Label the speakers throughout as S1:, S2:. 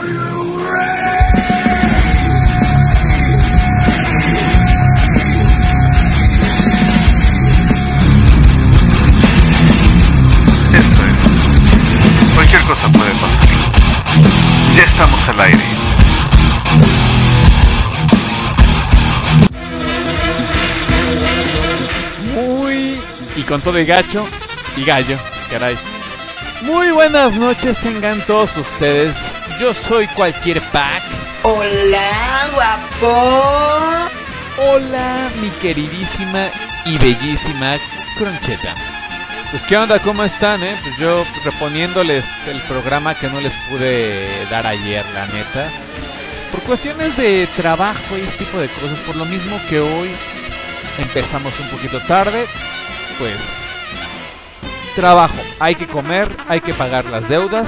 S1: Cualquier cosa puede pasar. Ya estamos al aire.
S2: Y con todo el gacho y gallo, caray. Muy buenas noches tengan todos ustedes. Yo soy cualquier pack.
S3: Hola, guapo.
S2: Hola, mi queridísima y bellísima Croncheta. Pues qué onda, ¿cómo están, Pues yo reponiéndoles el programa que no les pude dar ayer, la neta. Por cuestiones de trabajo y este tipo de cosas. Por lo mismo que hoy empezamos un poquito tarde. Pues trabajo, hay que comer, hay que pagar las deudas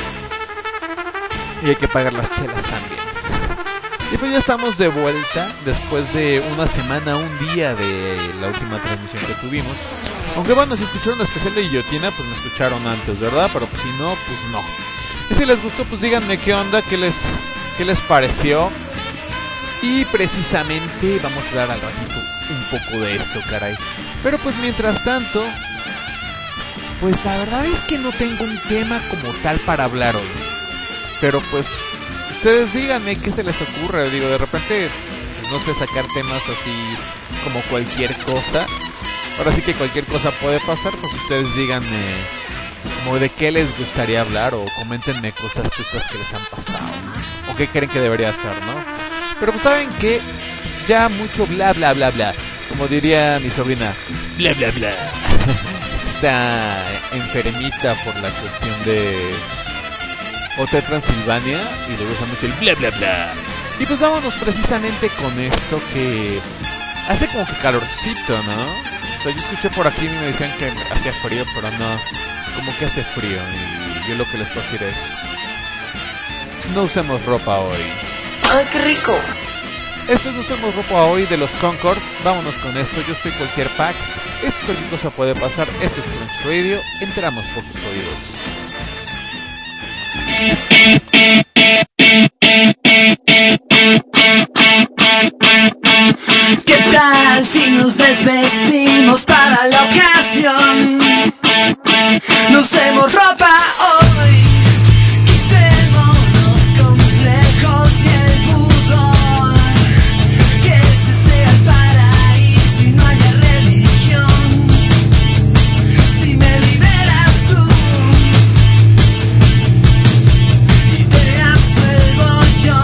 S2: y hay que pagar las chelas también. Y pues ya estamos de vuelta después de una semana, un día de la última transmisión que tuvimos. Aunque bueno, si escucharon la especial de Guillotina, pues me escucharon antes, ¿verdad? Pero pues si no, pues no. Y si les gustó, pues díganme qué onda, qué les pareció. Y precisamente vamos a dar al ratito un poco de eso, caray. Pero pues mientras tanto, pues la verdad es que no tengo un tema como tal para hablar hoy. Pero pues ustedes díganme qué se les ocurre. Digo, de repente, pues, no sé, sacar temas así como cualquier cosa. Ahora sí que cualquier cosa puede pasar. Pues ustedes díganme como de qué les gustaría hablar. O coméntenme cosas chuscas que les han pasado, ¿no? O qué creen que debería hacer, ¿no? Pero pues saben que ya mucho bla bla bla bla. Como diría mi sobrina, bla bla bla. Está enfermita por la cuestión de Hotel Transilvania y le gusta mucho el bla bla bla. Y pues vámonos precisamente con esto que hace como que calorcito, ¿no? O sea, yo escuché por aquí y me decían que hacía frío, pero no, como que hace frío. Y yo lo que les puedo decir es, no usemos ropa hoy.
S3: ¡Ay, qué rico!
S2: Esto es No Usemos Ropa Hoy de los Concord. Vámonos con esto, yo soy cualquier pack. Esto cualquier cosa puede pasar. Esto es Crunch Radio. Entramos por sus oídos.
S3: ¿Qué tal si nos desvestimos para la ocasión? No usemos ropa hoy. Quitémonos complejos y el pudor. Que este sea el paraíso y no haya religión. Si me liberas tú y te absuelvo yo.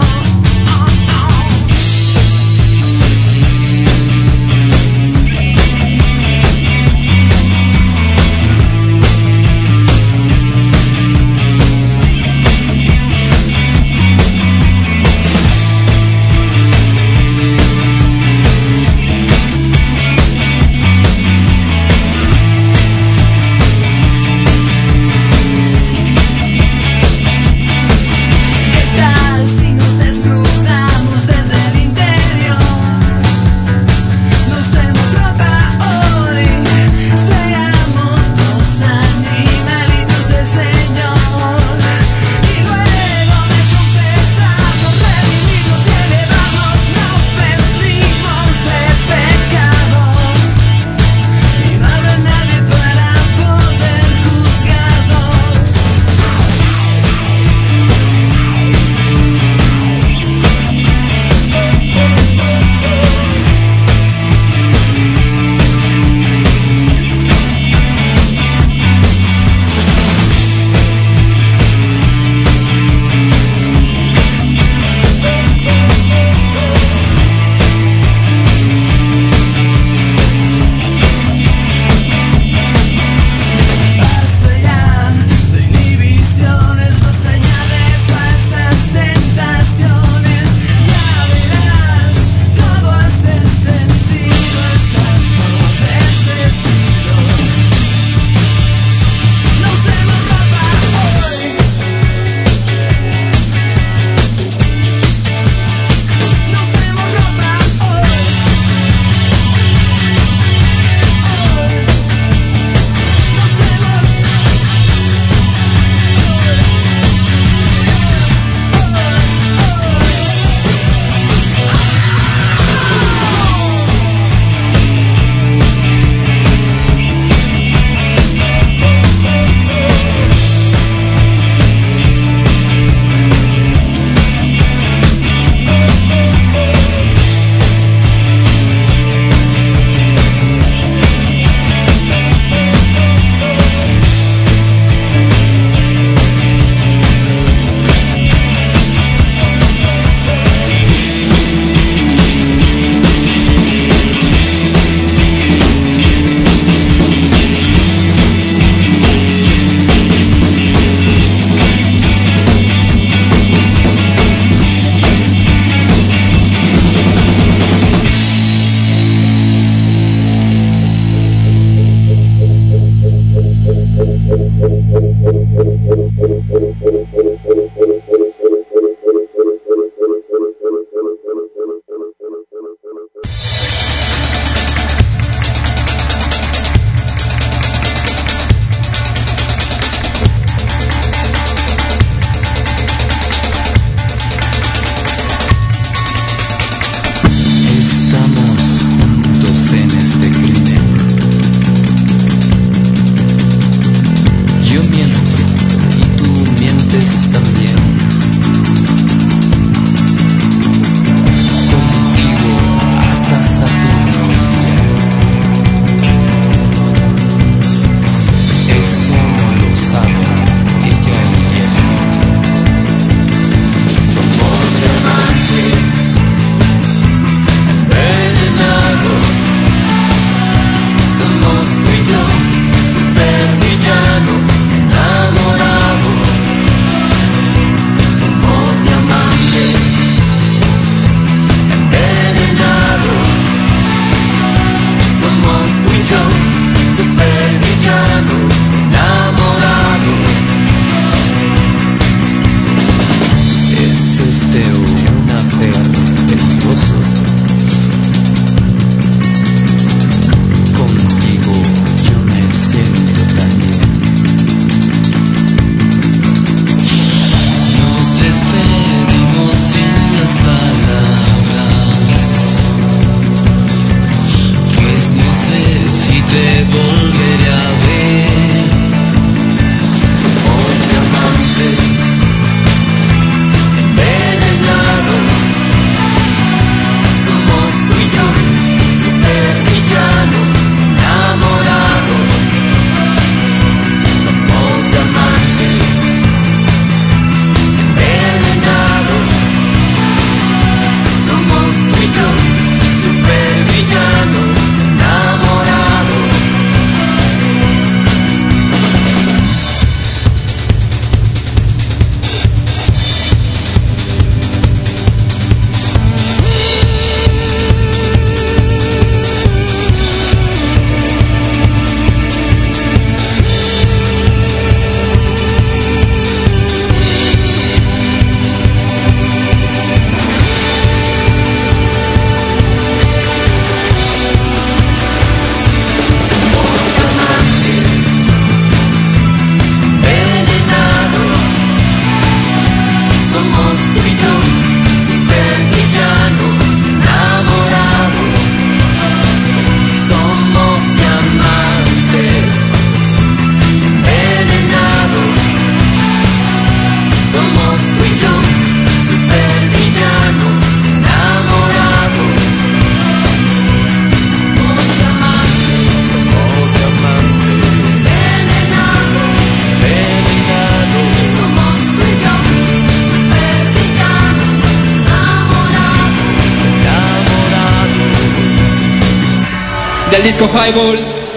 S4: del disco Highball.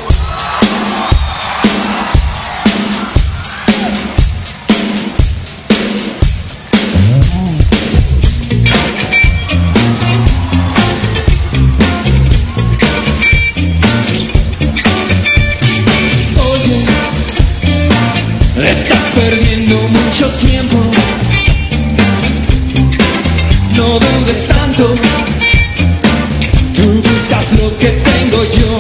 S4: Estás perdiendo mucho tiempo, no dudes tanto, tú buscas lo que tengo yo.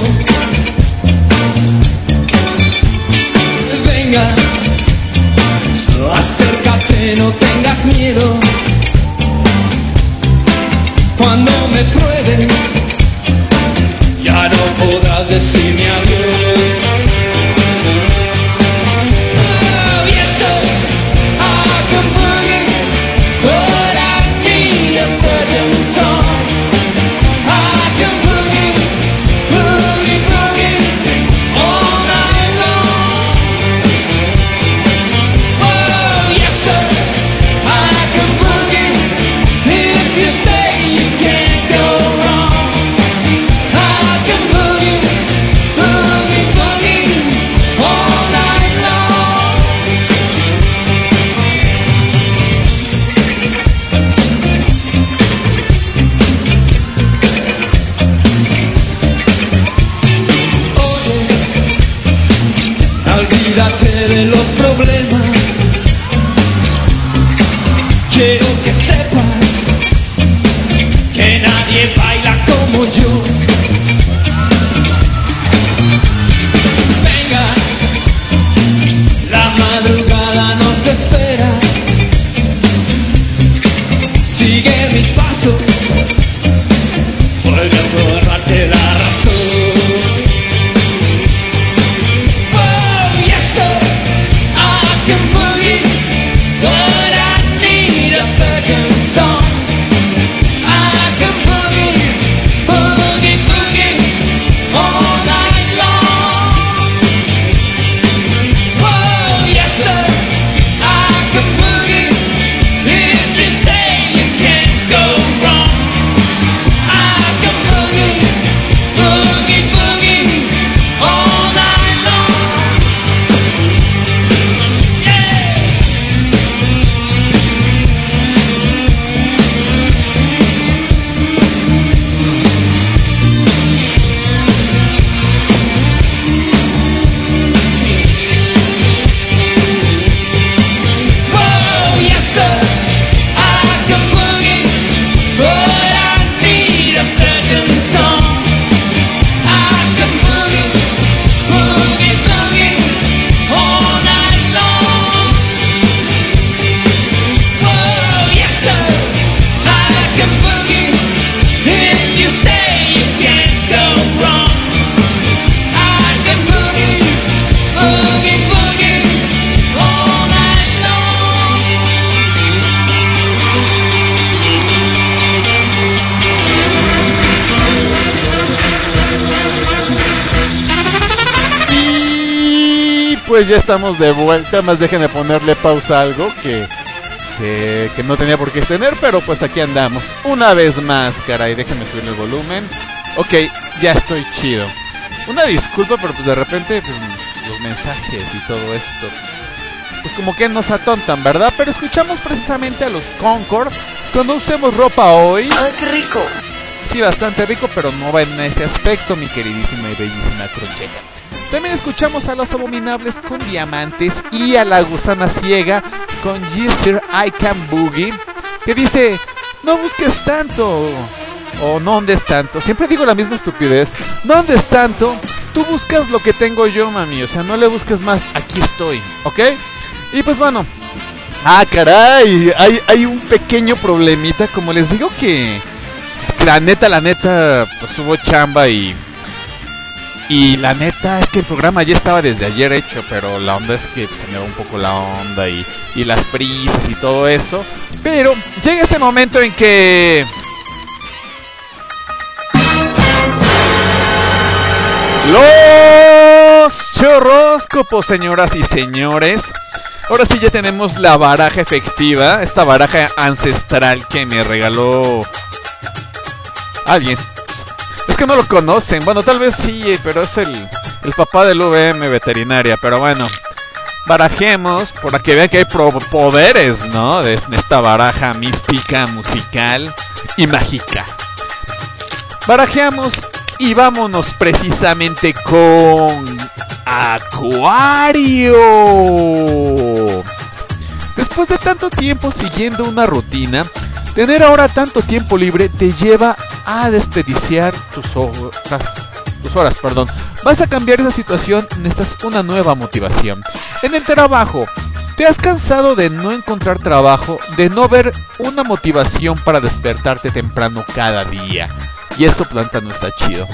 S4: Venga, acércate, no tengas miedo. Cuando me pruebes, ya no podrás decirme adiós. Olvídate de los problemas. Quiero que sepas que nadie baila como yo. Venga, la madrugada nos espera. Sigue mis pasos, vuelve a borrarte la razón.
S2: Pues ya estamos de vuelta, más déjenme ponerle pausa a algo que no tenía por qué tener, pero pues aquí andamos. Una vez más, caray, déjenme subir el volumen. Ok, ya estoy chido. Una disculpa, pero pues de repente pues, los mensajes y todo esto, pues como que nos atontan, ¿verdad? Pero escuchamos precisamente a los Concord cuando usemos ropa hoy.
S5: ¡Ay, qué rico!
S2: Sí, bastante rico, pero no va en ese aspecto, mi queridísima y bellísima Crocheta. También escuchamos a Los Abominables con Diamantes y a La Gusana Ciega con Gister I Can Boogie, que dice: no busques tanto, o no andes tanto. Siempre digo la misma estupidez. No andes tanto, tú buscas lo que tengo yo, mami. O sea, no le busques más, aquí estoy, ¿ok? Y pues bueno, caray, hay un pequeño problemita. Como les digo que pues, la neta, pues hubo chamba y la neta es que el programa ya estaba desde ayer hecho, pero la onda es que pues, se me va un poco la onda y las prisas y todo eso. Pero llega ese momento en que los chorróscopos, señoras y señores. Ahora sí ya tenemos la baraja efectiva, esta baraja ancestral que me regaló alguien. Es que no lo conocen. Bueno, tal vez sí, pero es el papá del VM veterinaria. Pero bueno, barajemos para que vean que hay poderes, ¿no? De esta baraja mística, musical y mágica. Barajeamos y vámonos precisamente con Acuario. Después de tanto tiempo siguiendo una rutina, tener ahora tanto tiempo libre te lleva a desperdiciar tus horas. Vas a cambiar esa situación, necesitas una nueva motivación. En el trabajo, te has cansado de no encontrar trabajo, de no ver una motivación para despertarte temprano cada día. Y eso, planta, no está chido.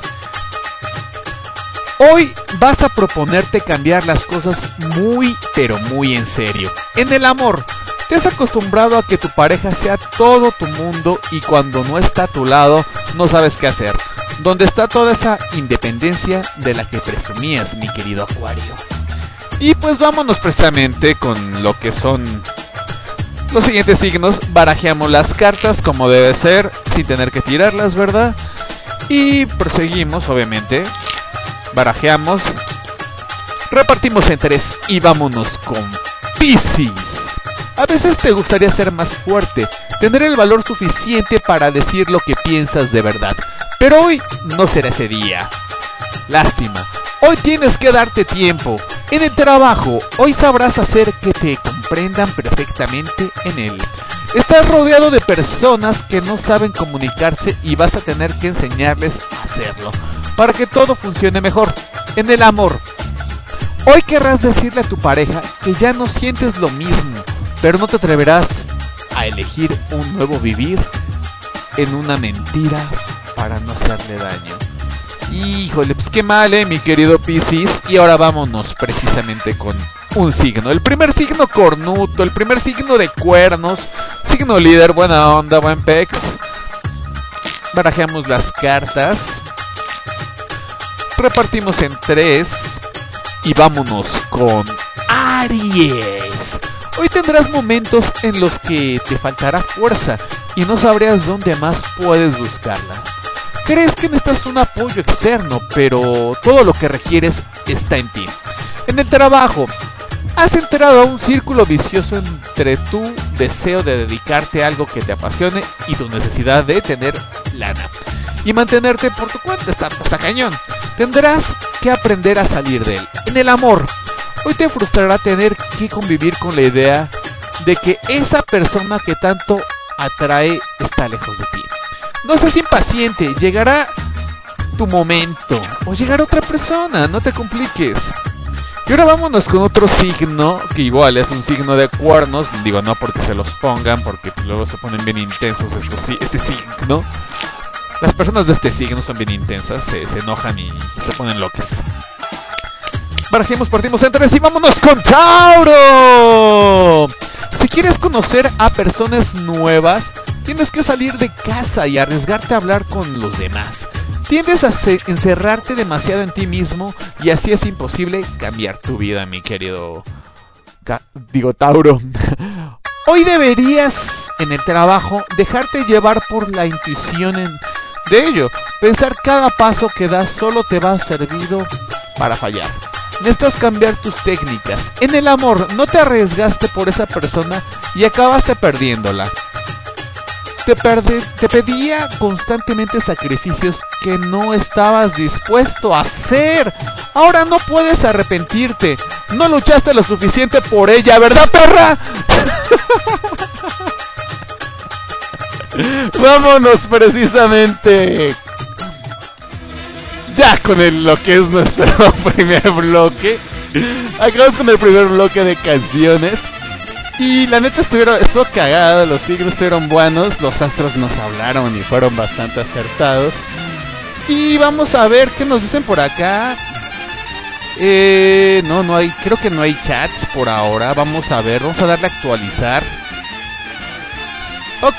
S2: Hoy vas a proponerte cambiar las cosas muy, pero muy en serio. En el amor, te has acostumbrado a que tu pareja sea todo tu mundo y cuando no está a tu lado, no sabes qué hacer. ¿Dónde está toda esa independencia de la que presumías, mi querido Acuario? Y pues vámonos precisamente con lo que son los siguientes signos. Barajeamos las cartas como debe ser, sin tener que tirarlas, ¿verdad? Y proseguimos, obviamente. Barajeamos, repartimos en 3 y vámonos con Piscis. A veces te gustaría ser más fuerte, tener el valor suficiente para decir lo que piensas de verdad, pero hoy no será ese día. Lástima, hoy tienes que darte tiempo. En el trabajo, hoy sabrás hacer que te comprendan perfectamente en él. Estás rodeado de personas que no saben comunicarse y vas a tener que enseñarles a hacerlo, para que todo funcione mejor. En el amor, hoy querrás decirle a tu pareja que ya no sientes lo mismo, pero no te atreverás a elegir un nuevo vivir en una mentira para no hacerle daño. Híjole, pues qué mal, mi querido Piscis. Y ahora vámonos precisamente con un signo. El primer signo cornuto, el primer signo de cuernos, signo líder, buena onda, buen pex. Barajeamos las cartas, repartimos en 3 y vámonos con Aries. Hoy tendrás momentos en los que te faltará fuerza y no sabrías dónde más puedes buscarla. Crees que necesitas un apoyo externo, pero todo lo que requieres está en ti. En el trabajo, has entrado a un círculo vicioso entre tu deseo de dedicarte a algo que te apasione y tu necesidad de tener lana y mantenerte por tu cuenta. Está cañón. Tendrás que aprender a salir de él. En el amor, hoy te frustrará tener que convivir con la idea de que esa persona que tanto atrae está lejos de ti. No seas impaciente, llegará tu momento o llegará otra persona, no te compliques. Y ahora vámonos con otro signo, que igual es un signo de cuernos. Digo, no porque se los pongan, porque luego se ponen bien intensos este signo. Las personas de este signo son bien intensas, se enojan y se ponen locas. Barajemos, partimos en 3 y vámonos con Tauro. Si quieres conocer a personas nuevas, tienes que salir de casa y arriesgarte a hablar con los demás. Tiendes a encerrarte demasiado en ti mismo y así es imposible cambiar tu vida, mi querido Tauro. Hoy deberías, en el trabajo, dejarte llevar por la intuición de ello. Pensar cada paso que das solo te va a servir para fallar. Necesitas cambiar tus técnicas. En el amor, no te arriesgaste por esa persona y acabaste perdiéndola. Te pedía constantemente sacrificios que no estabas dispuesto a hacer. Ahora no puedes arrepentirte. No luchaste lo suficiente por ella, ¿verdad, perra? Vámonos precisamente ya con lo que es nuestro primer bloque. Acabamos con el primer bloque de canciones. Y la neta estuvo cagado, los signos estuvieron buenos, los astros nos hablaron y fueron bastante acertados. Y vamos a ver qué nos dicen por acá. No hay, creo que no hay chats por ahora. Vamos a ver, vamos a darle a actualizar. Ok.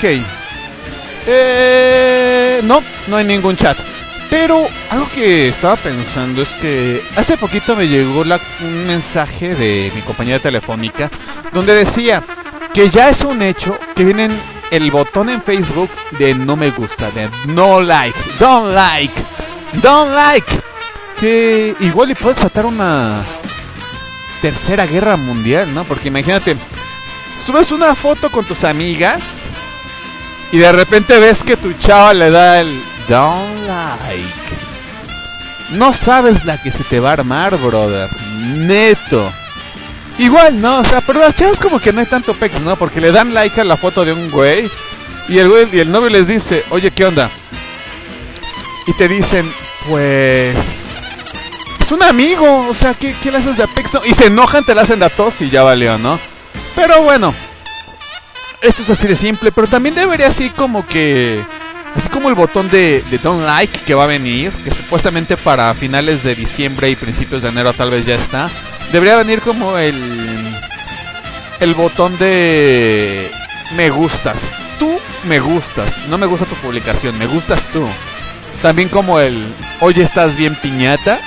S2: No hay ningún chat. Pero algo que estaba pensando es que hace poquito me llegó un mensaje de mi compañía telefónica donde decía que ya es un hecho que vienen el botón en Facebook de no me gusta, de no like, don't like, don't like. Que igual y puedes tratar una tercera guerra mundial, ¿no? Porque imagínate, subes una foto con tus amigas y de repente ves que tu chava le da el don't like. No sabes la que se te va a armar, brother. Neto. Igual, ¿no? O sea, pero las chavas como que no hay tanto pex, ¿no? Porque le dan like a la foto de un güey y el güey y el novio les dice, oye, ¿qué onda? Y te dicen, pues... es un amigo, o sea, ¿qué le haces de apex? No? Y se enojan, te la hacen de a tos y ya valió, ¿no? Pero bueno, esto es así de simple, pero también debería así como que... así como el botón de don't like que va a venir, que supuestamente para finales de diciembre y principios de enero tal vez ya está. Debería venir como el botón de me gustas. Tú me gustas, no me gusta tu publicación, me gustas tú. También como el oye, estás bien piñata.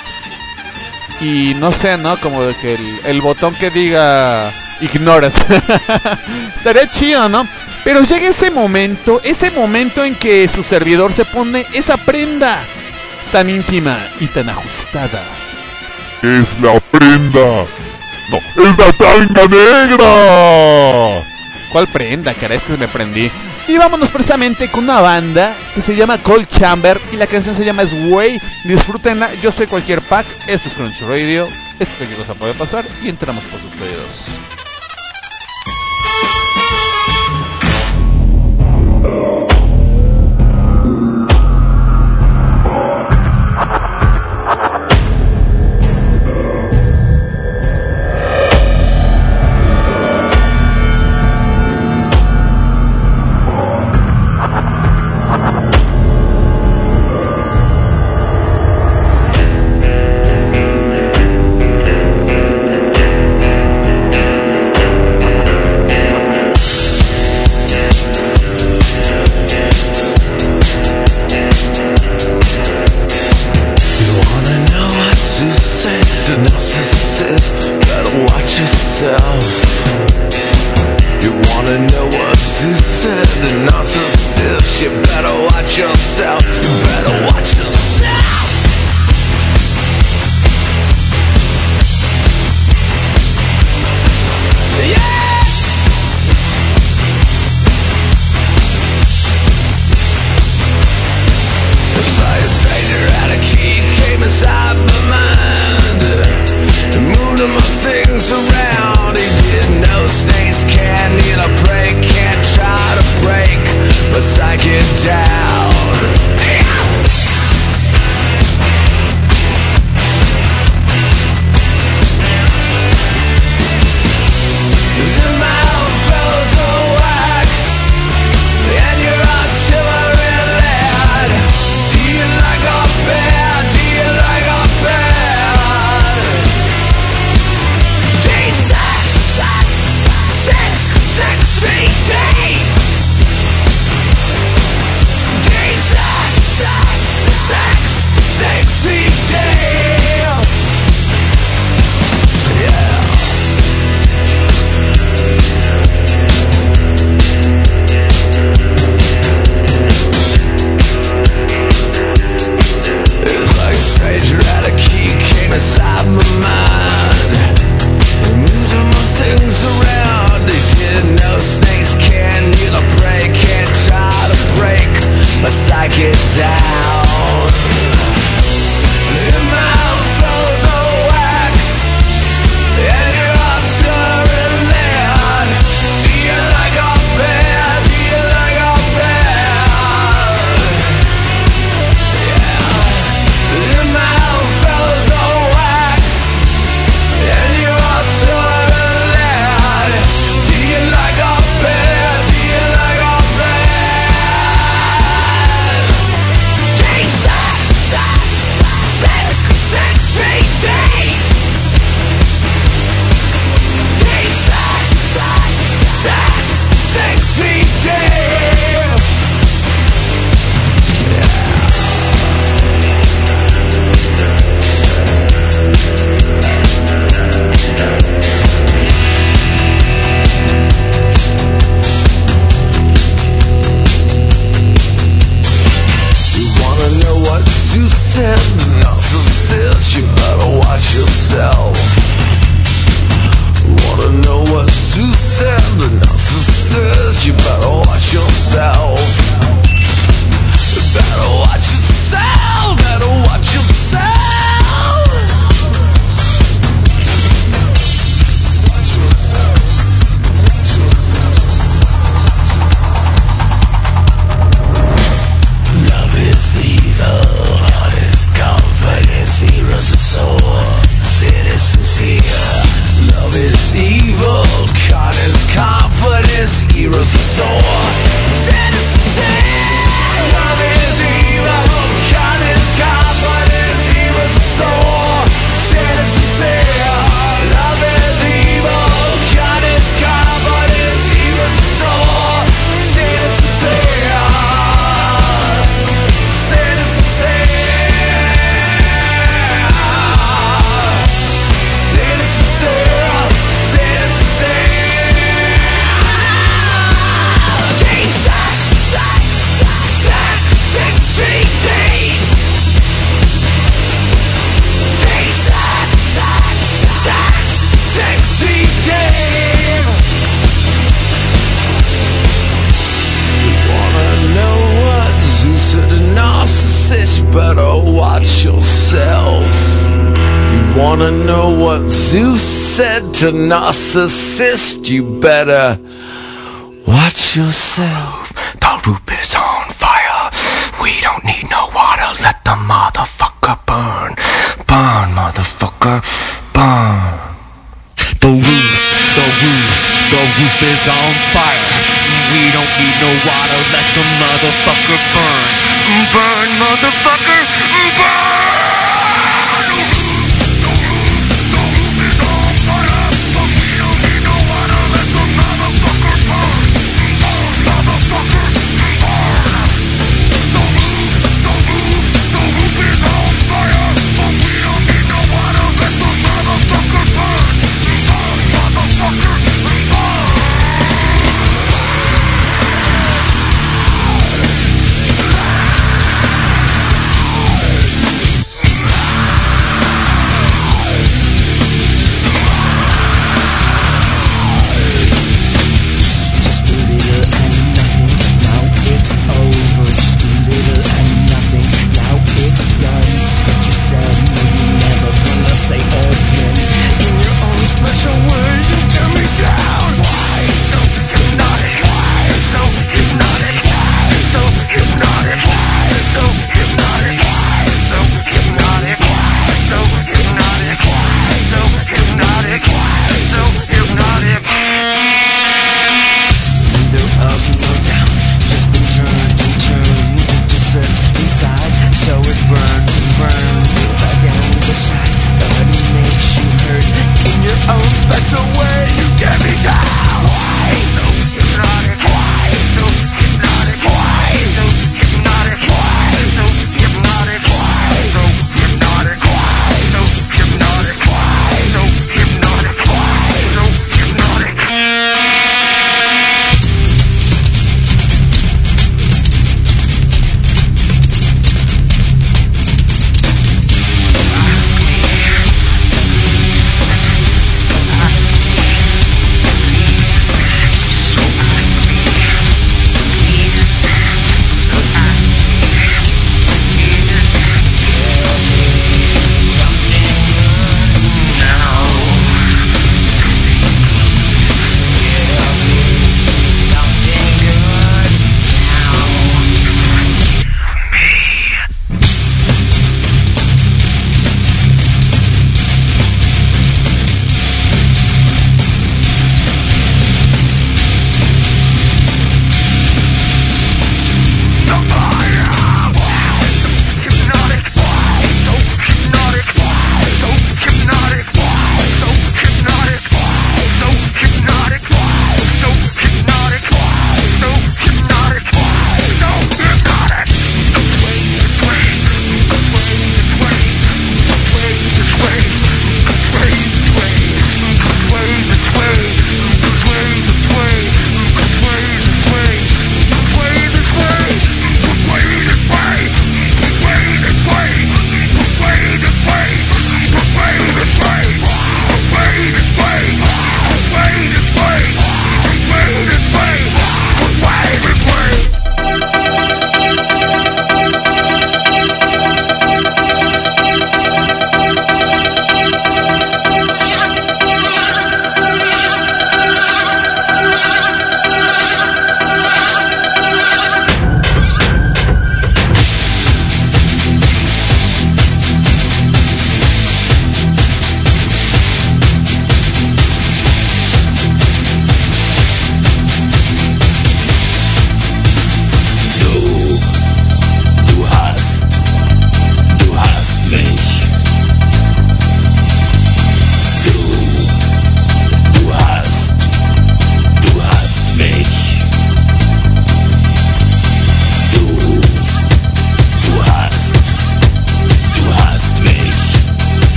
S2: Y no sé, ¿no? Como de que el botón que diga ignored. Estaría chido, ¿no? Pero llega ese momento en que su servidor se pone esa prenda tan íntima y tan ajustada.
S5: Es la prenda. No, es la tanga negra.
S2: ¿Cuál prenda? Caray, es que me prendí. Y vámonos precisamente con una banda que se llama Cold Chamber y la canción se llama Sway. Disfrútenla, yo soy cualquier pack. Esto es Crunchy Radio. Esto es cualquier cosa puede pasar y entramos por sus dedos.
S3: Down.
S6: better watch yourself. You wanna know what Zeus said to Narcissus? You better watch yourself.
S7: The roof is on fire. We don't need no water. Let the motherfucker burn. Burn, motherfucker. Burn. The roof is on fire. We don't need no water. Let the motherfucker burn. Burn, motherfucker. Burn.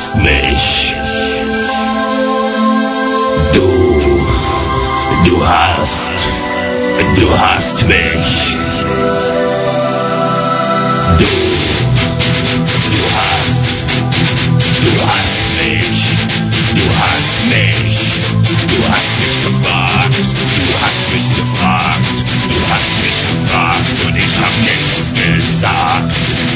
S4: hast mich. Du hast mich. Du hast mich. Du hast mich. Du hast mich gefragt. Du hast mich gefragt. Du hast mich gefragt und ich hab nichts gesagt.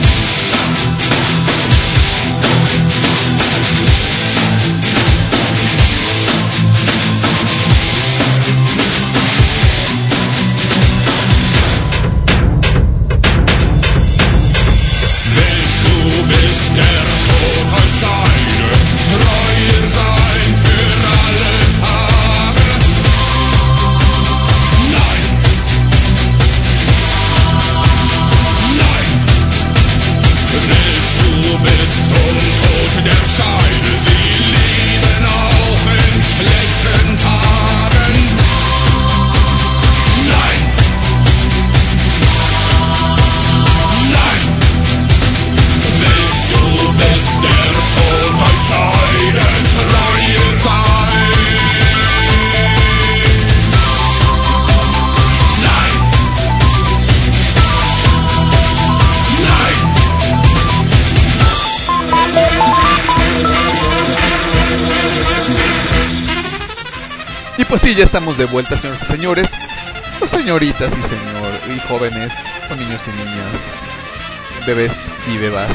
S2: Pues sí, ya estamos de vuelta, señores y señores, o señoritas y jóvenes, o niños y niñas, bebés y bebas.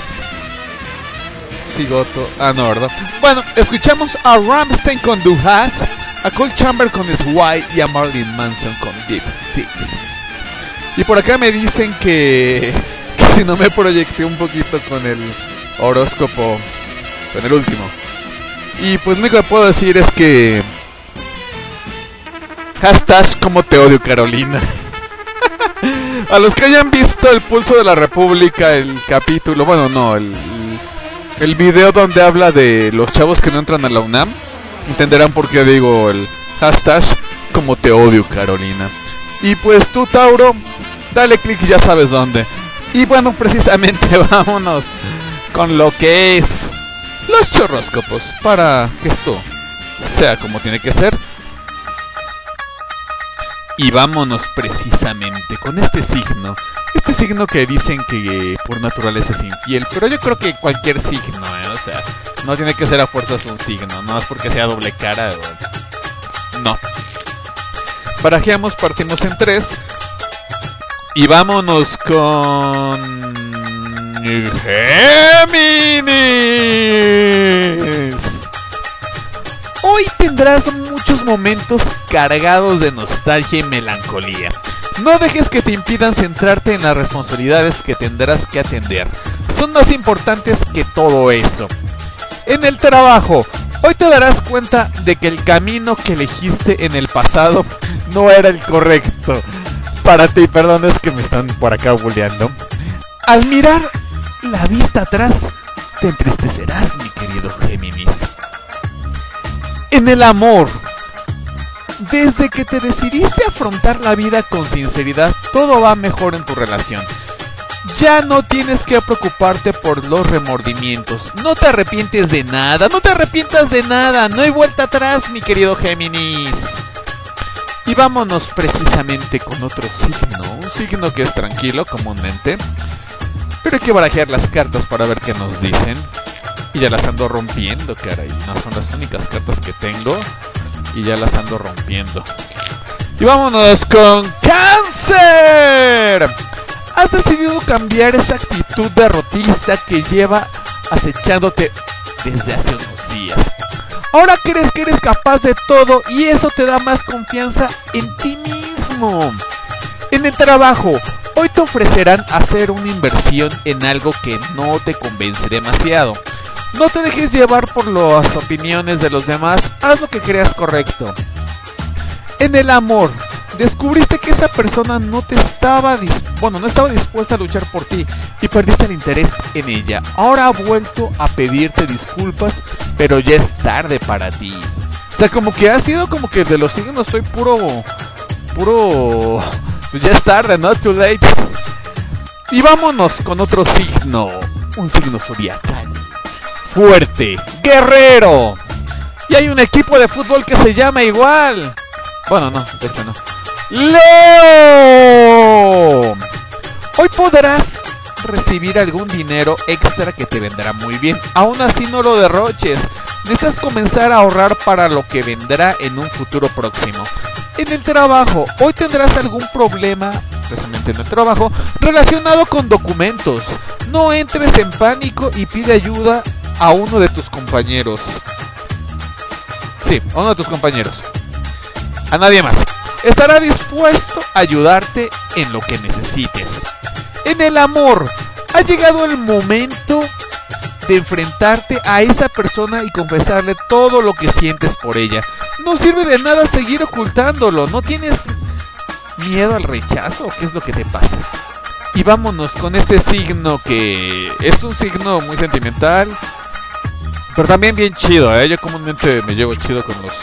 S2: Cigoto, no, ¿verdad? Bueno, escuchamos a Rammstein con Du Hast, a Cold Chamber con Sway y a Marilyn Manson con Deep Six. Y por acá me dicen que si no me proyecté un poquito con el horóscopo, con el último. Y pues lo único que puedo decir es que hashtag como te odio, Carolina. A los que hayan visto El Pulso de la República, el capítulo, bueno, no, el video donde habla de los chavos que no entran a la UNAM, entenderán por qué digo el hashtag como te odio, Carolina. Y pues tú, Tauro, dale click y ya sabes dónde. Y bueno, precisamente vámonos con lo que es los chorróscopos, para que esto sea como tiene que ser. Y vámonos precisamente con este signo que dicen que por naturaleza es infiel, pero yo creo que cualquier signo, o sea, no tiene que ser a fuerzas un signo, no es porque sea doble cara o... No. Barajeamos, partimos en 3 y vámonos con Géminis. Hoy tendrás muchos momentos cargados de nostalgia y melancolía. No dejes que te impidan centrarte en las responsabilidades que tendrás que atender. Son más importantes que todo eso. En el trabajo, hoy te darás cuenta de que el camino que elegiste en el pasado no era el correcto para ti. Perdón, es que me están por acá bulleando. Al mirar la vista atrás, te entristecerás, mi querido Géminis. En el amor, desde que te decidiste a afrontar la vida con sinceridad, todo va mejor en tu relación. Ya no tienes que preocuparte por los remordimientos. No te arrepientes de nada, no te arrepientas de nada. No hay vuelta atrás, mi querido Géminis. Y vámonos precisamente con otro signo. Un signo que es tranquilo comúnmente, pero hay que barajear las cartas para ver qué nos dicen. Y ya las ando rompiendo, caray. No son las únicas cartas que tengo y ya las ando rompiendo. Y vámonos con Cáncer. Has decidido cambiar esa actitud derrotista que lleva acechándote desde hace unos días. Ahora crees que eres capaz de todo y eso te da más confianza en ti mismo. En el trabajo, hoy te ofrecerán hacer una inversión en algo que no te convence demasiado. No te dejes llevar por las opiniones de los demás, haz lo que creas correcto. En el amor, descubriste que esa persona no estaba dispuesta a luchar por ti y perdiste el interés en ella. Ahora ha vuelto a pedirte disculpas, pero ya es tarde para ti. O sea, como que ha sido como que de los signos soy puro, pues ya es tarde, no too late. Y vámonos con otro signo, un signo zodiacal. fuerte, guerrero. Y hay un equipo de fútbol que se llama igual. Bueno, no, de hecho no. ¡Leo! Hoy podrás recibir algún dinero extra que te vendrá muy bien. Aún así no lo derroches. Necesitas comenzar a ahorrar para lo que vendrá en un futuro próximo. En el trabajo, hoy tendrás algún problema, precisamente en el trabajo, relacionado con documentos. No entres en pánico y pide ayuda a uno de tus compañeros. Sí, a uno de tus compañeros. A nadie más. Estará dispuesto a ayudarte en lo que necesites. En el amor, ha llegado el momento de enfrentarte a esa persona y confesarle todo lo que sientes por ella. No sirve de nada seguir ocultándolo. ¿No tienes miedo al rechazo? ¿Qué es lo que te pasa? Y vámonos con este signo que es un signo muy sentimental, pero también bien chido, ¿eh? Yo comúnmente me llevo chido con los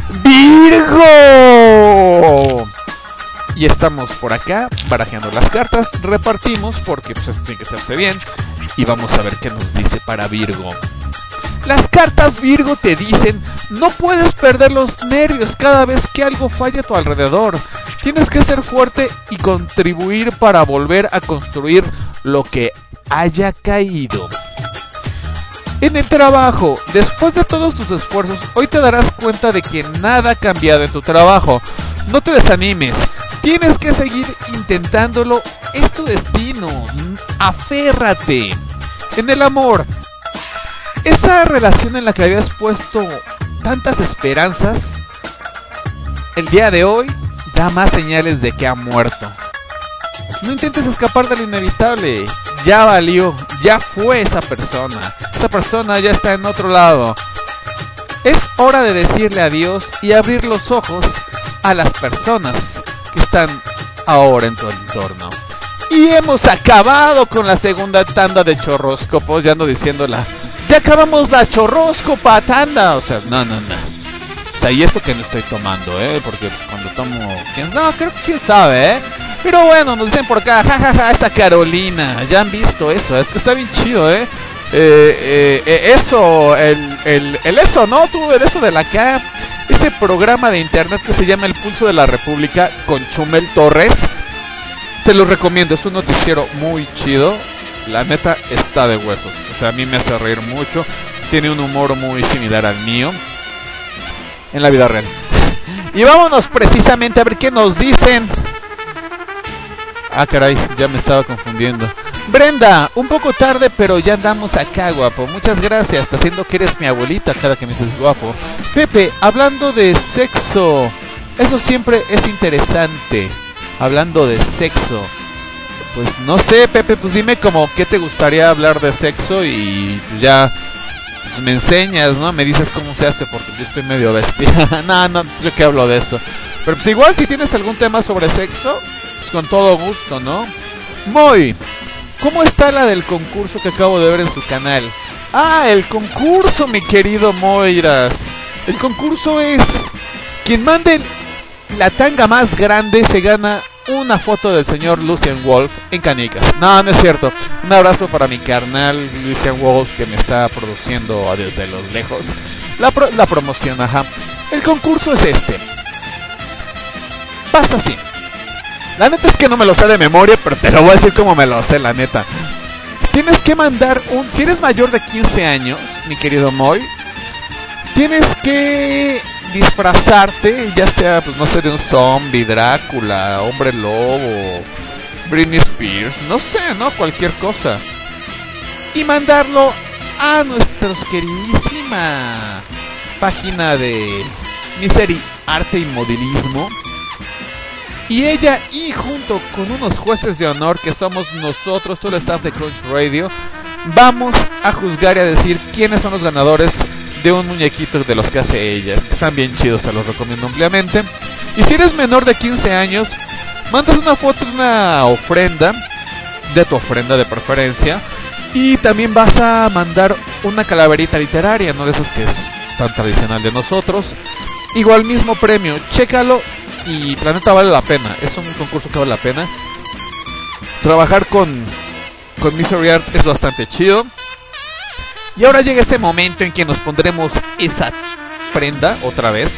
S2: Virgo. Y estamos por acá barajeando las cartas. Repartimos porque pues esto tiene que hacerse bien. Y vamos a ver qué nos dice para Virgo. Las cartas Virgo te dicen: no puedes perder los nervios cada vez que algo falla a tu alrededor. Tienes que ser fuerte y contribuir para volver a construir lo que haya caído. En el trabajo, después de todos tus esfuerzos, hoy te darás cuenta de que nada ha cambiado en tu trabajo. No te desanimes, tienes que seguir intentándolo, es tu destino, aférrate. En el amor, esa relación en la que habías puesto tantas esperanzas, el día de hoy da más señales de que ha muerto. No intentes escapar de lo inevitable. Ya valió, ya fue esa persona. Esa persona ya está en otro lado. Es hora de decirle adiós y abrir los ojos a las personas que están ahora en tu entorno. Y hemos acabado con la segunda tanda de chorróscopos. Ya ando diciéndola. Ya acabamos la chorróscopa tanda. O sea, no. O sea, y esto que no estoy tomando, porque pues, cuando tomo... No, creo que quién sabe, Pero bueno, nos dicen por acá, jajaja, esa Carolina. Ya han visto eso, es que está bien chido, eso, eso, ¿no? Tú, el eso de la K, ese programa de internet que se llama El Pulso de la República con Chumel Torres. Te lo recomiendo, es un noticiero muy chido. La neta está de huesos. O sea, a mí me hace reír mucho. Tiene un humor muy similar al mío en la vida real. Y vámonos precisamente a ver qué nos dicen. Ah, caray, ya me estaba confundiendo. Brenda, un poco tarde, pero ya andamos acá, guapo. Muchas gracias, está haciendo que eres mi abuelita cada que me dices guapo. Pepe, hablando de sexo, eso siempre es interesante. Hablando de sexo, pues no sé, Pepe, pues dime como qué te gustaría hablar de sexo y ya pues me enseñas, ¿no? Me dices cómo se hace porque yo estoy medio bestia. No, yo que hablo de eso. Pero pues igual si tienes algún tema sobre sexo, pues con todo gusto, ¿no? Moy, ¿cómo está la del concurso que acabo de ver en su canal? Ah, el concurso, mi querido Moiras. El concurso es: quien mande la tanga más grande se gana una foto del señor Lucian Wolf en canicas. No es cierto. Un abrazo para mi carnal Lucian Wolf, que me está produciendo desde los lejos la promoción, ajá. El concurso es este. Pasa así. La neta es que no me lo sé de memoria, pero te lo voy a decir como me lo sé, la neta. Tienes que mandar si eres mayor de 15 años, mi querido Moy, tienes que disfrazarte, ya sea, pues no sé, de un zombie, Drácula, Hombre Lobo, Britney Spears, no sé, ¿no? Cualquier cosa. Y mandarlo a nuestra queridísima página de Misery Arte y Modelismo. Y ella, y junto con unos jueces de honor que somos nosotros, todo el staff de Crunch Radio, vamos a juzgar y a decir quiénes son los ganadores de un muñequito de los que hace ella. Están bien chidos, te los recomiendo ampliamente. Y si eres menor de 15 años, mandas una foto de una ofrenda, de tu ofrenda de preferencia. Y también vas a mandar una calaverita literaria, no de esos que es tan tradicional de nosotros. Igual mismo premio, chécalo. Y la neta vale la pena, es un concurso que vale la pena. Trabajar con Misery Art es bastante chido. Y ahora llega ese momento en que nos pondremos esa prenda otra vez.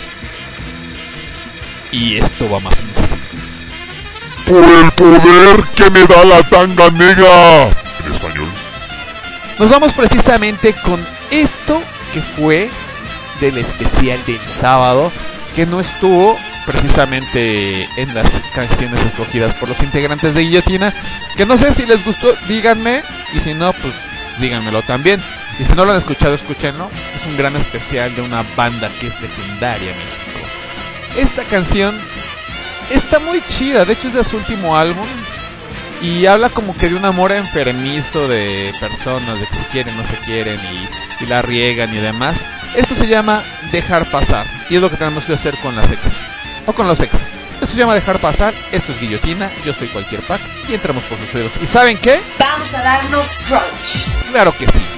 S2: Y esto va más o menos así.
S5: Por el poder que me da la tanga negra. En español.
S2: Nos vamos precisamente con esto que fue del especial del sábado, que no estuvo precisamente en las canciones escogidas por los integrantes de Guillotina, que no sé si les gustó, díganme, y si no, pues díganmelo también. Y si no lo han escuchado, escúchenlo. Es un gran especial de una banda que es legendaria en México. Esta canción está muy chida, de hecho es de su último álbum. Y habla como que de un amor enfermizo de personas, de que se quieren, no se quieren y la riegan y demás. Esto se llama Dejar Pasar. Y es lo que tenemos que hacer con las ex. O con los ex. Esto se llama Dejar Pasar. Esto es Guillotina. Yo soy Cualquier Pack. Y entramos por sus oídos. ¿Y saben qué?
S3: Vamos a darnos crunch.
S2: Claro que sí.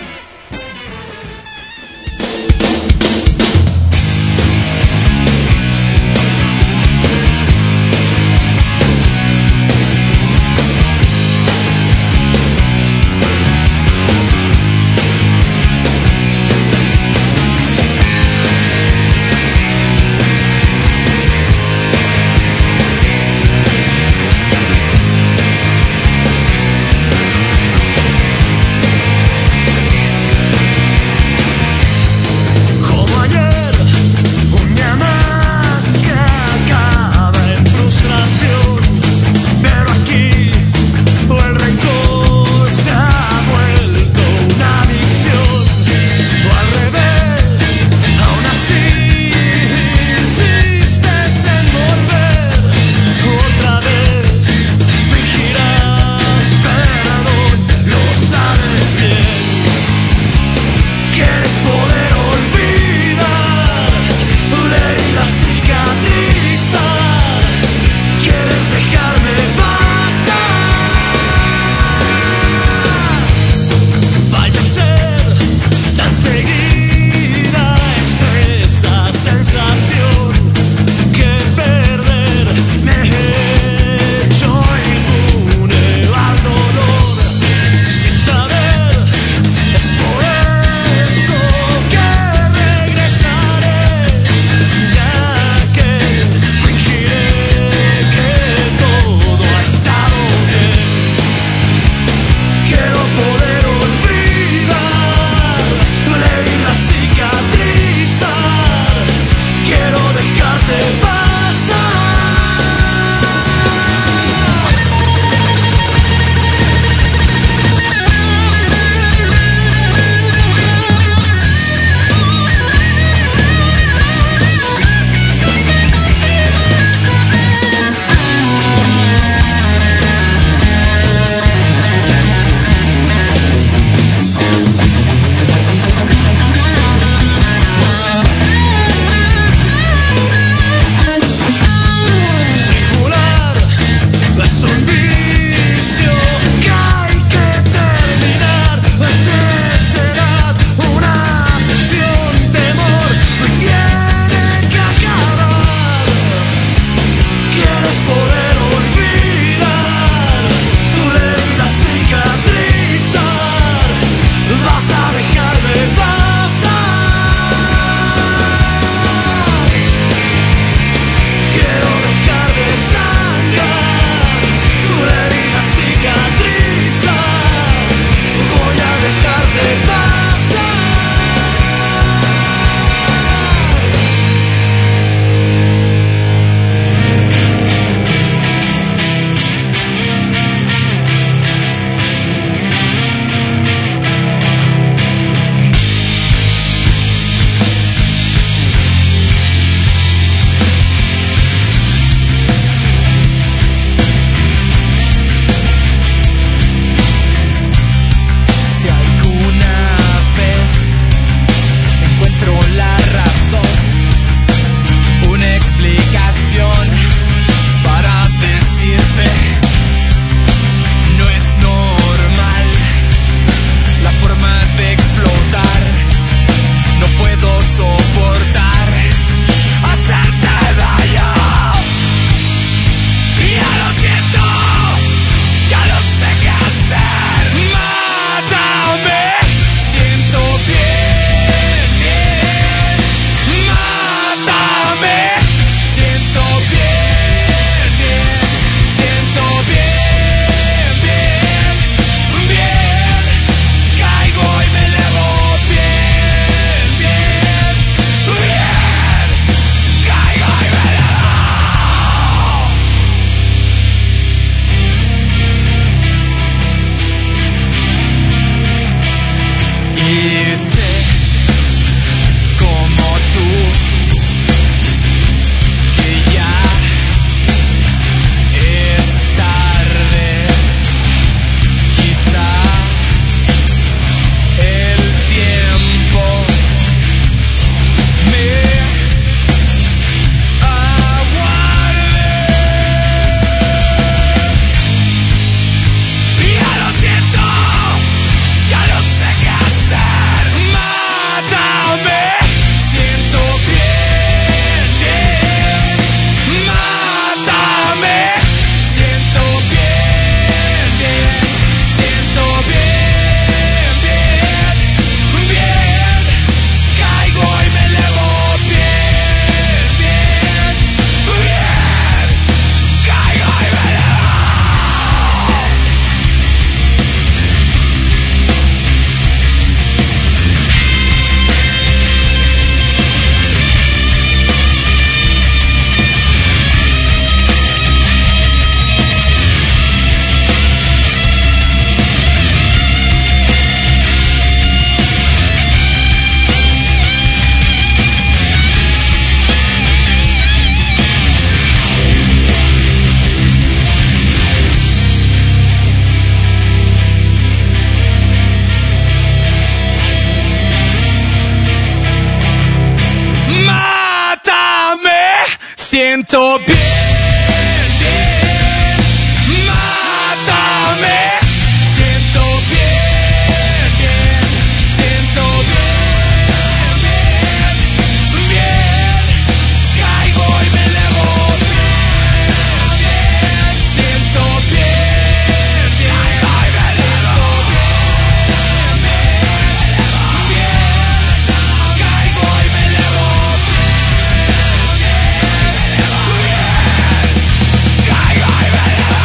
S3: Dejar
S4: siento bien, bien, mátame. Siento bien, bien, siento bien, bien, bien. Caigo y me elevo bien, bien. Siento bien, bien, caigo y me elevo bien, bien, bien. Caigo y me elevo bien, bien, bien. Caigo y me elevo.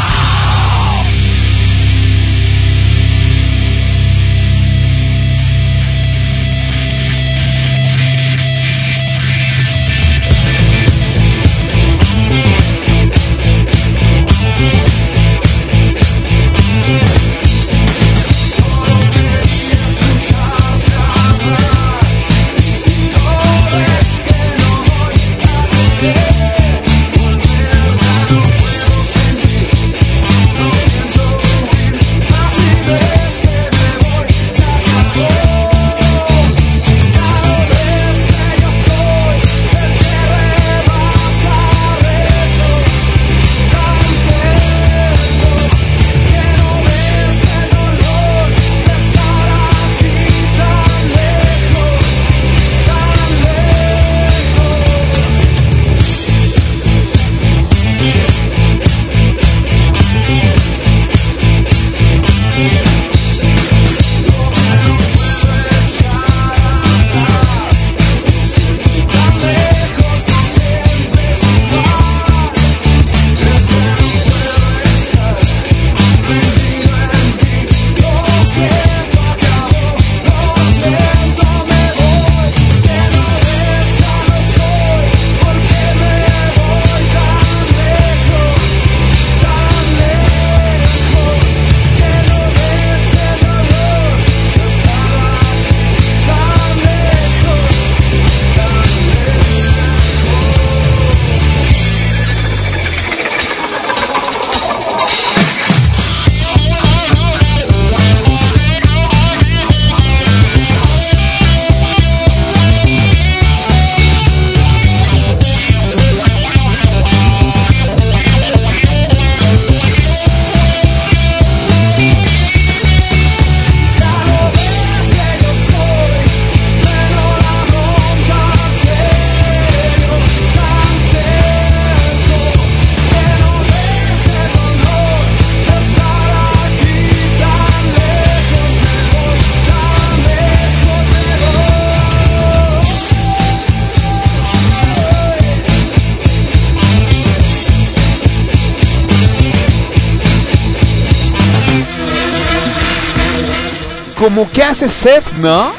S2: Como que hace sed, ¿no?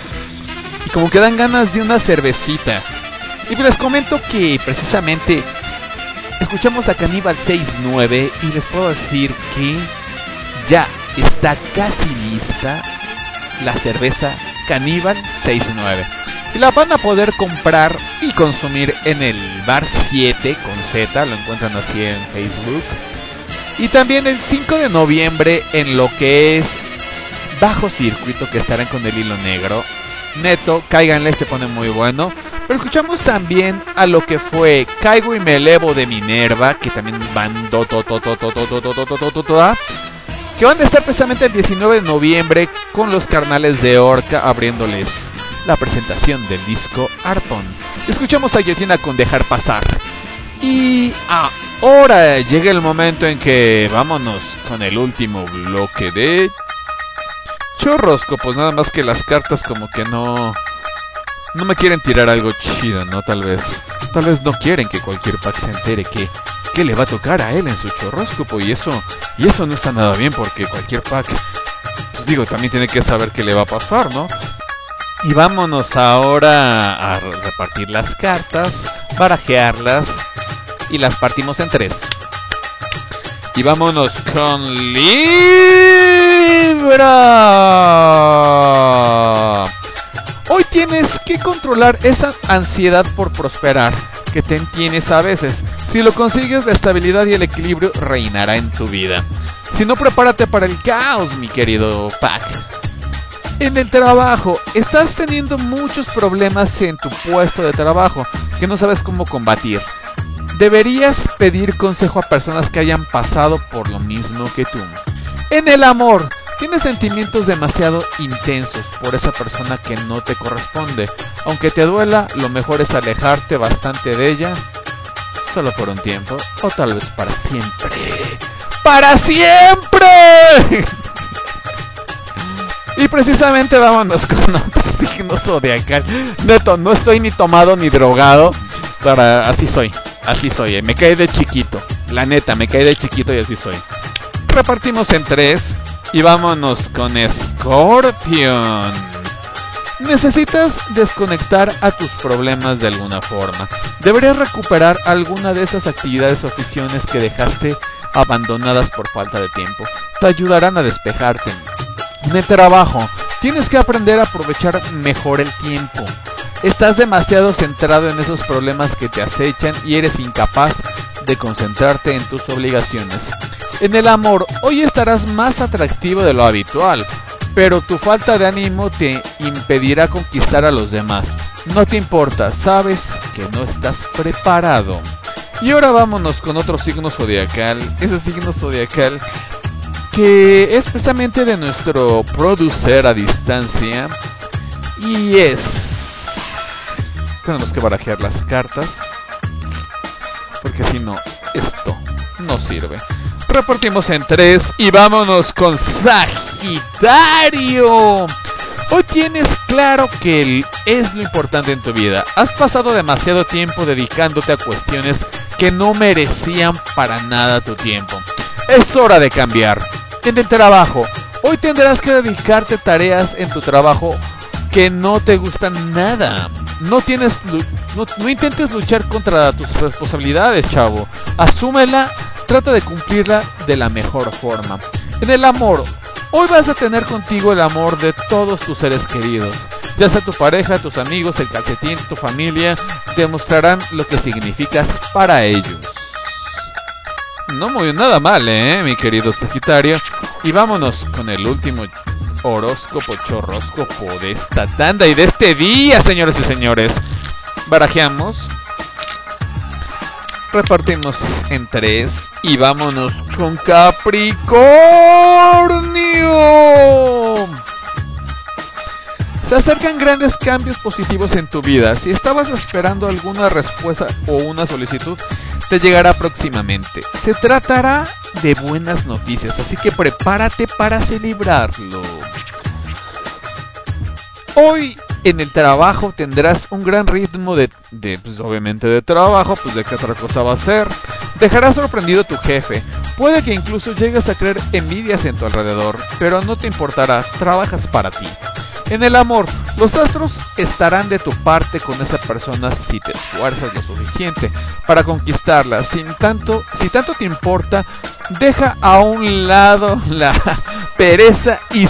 S2: Y como que dan ganas de una cervecita. Y pues les comento que precisamente escuchamos a Caníbal 6-9 y les puedo decir que ya está casi lista la cerveza Caníbal 6-9. Y la van a poder comprar y consumir en el Bar 7 con Z, lo encuentran así en Facebook. Y también el 5 de noviembre en lo que es Bajo Circuito, que estarán con el hilo negro. Neto, cáiganle, se pone muy bueno. Pero escuchamos también a lo que fue Caigo y me elevo de Minerva, que también van que van a estar precisamente el 19 de noviembre con los Carnales de Orca, abriéndoles la presentación del disco Arpón. Escuchamos a Guillotina con Dejar Pasar. Y ahora llega el momento en que vámonos con el último bloque de Chorroscopos. Nada más que las cartas como que no me quieren tirar algo chido, ¿no? Tal vez no quieren que cualquier pack se entere que le va a tocar a él en su chorróscopo. Y eso no está nada bien, porque cualquier pack, pues digo, también tiene que saber qué le va a pasar, ¿no? Y vámonos ahora a repartir las cartas, barajearlas, y las partimos en 3. Y vámonos con Libra. Hoy tienes que controlar esa ansiedad por prosperar que te tienes a veces. Si lo consigues, la estabilidad y el equilibrio reinará en tu vida. Si no, prepárate para el caos, mi querido Pac. En el trabajo, estás teniendo muchos problemas en tu puesto de trabajo que no sabes cómo combatir. Deberías pedir consejo a personas que hayan pasado por lo mismo que tú. En el amor, tienes sentimientos demasiado intensos por esa persona que no te corresponde. Aunque te duela, lo mejor es alejarte bastante de ella, solo por un tiempo, o tal vez para siempre. ¡Para siempre! Y precisamente vámonos con otro signo zodiacal. Neto, no estoy ni tomado ni drogado. Así soy, me cae de chiquito. La neta, me cae de chiquito y así soy. Repartimos en 3 y vámonos con Scorpion. Necesitas desconectar a tus problemas de alguna forma. Deberías recuperar alguna de esas actividades o aficiones que dejaste abandonadas por falta de tiempo. Te ayudarán a despejarte. En el trabajo, tienes que aprender a aprovechar mejor el tiempo. Estás demasiado centrado en esos problemas que te acechan y eres incapaz de concentrarte en tus obligaciones. En el amor, hoy estarás más atractivo de lo habitual, pero tu falta de ánimo te impedirá conquistar a los demás. No te importa, sabes que no estás preparado. Y ahora vámonos con otro signo zodiacal, ese signo zodiacal que es precisamente de nuestro producer a distancia, y tenemos que barajear las cartas, porque si no, esto no sirve. Repartimos en 3 y vámonos con Sagitario. Hoy tienes claro que es lo importante en tu vida. Has pasado demasiado tiempo dedicándote a cuestiones que no merecían para nada tu tiempo. Es hora de cambiar. En el trabajo, hoy tendrás que dedicarte a tareas en tu trabajo que no te gustan nada. No intentes luchar contra tus responsabilidades, chavo. Asúmela, trata de cumplirla de la mejor forma. En el amor, hoy vas a tener contigo el amor de todos tus seres queridos. Ya sea tu pareja, tus amigos, el calcetín, tu familia, demostrarán lo que significas para ellos. No muy nada mal, mi querido Sagitario. Y vámonos con el último horóscopo chorróscopo de esta tanda y de este día, señores y señores. Barajeamos, repartimos en 3 y vámonos con Capricornio. Se acercan grandes cambios positivos en tu vida. Si estabas esperando alguna respuesta o una solicitud, te llegará próximamente. Se tratará de buenas noticias, así que prepárate para celebrarlo. Hoy en el trabajo tendrás un gran ritmo pues obviamente de trabajo, pues de qué otra cosa va a ser. Dejarás sorprendido a tu jefe. Puede que incluso llegues a creer envidias en tu alrededor, pero no te importará, trabajas para ti. En el amor, los astros estarán de tu parte con esa persona si te esfuerzas lo suficiente para conquistarla. Si tanto te importa, deja a un lado la pereza y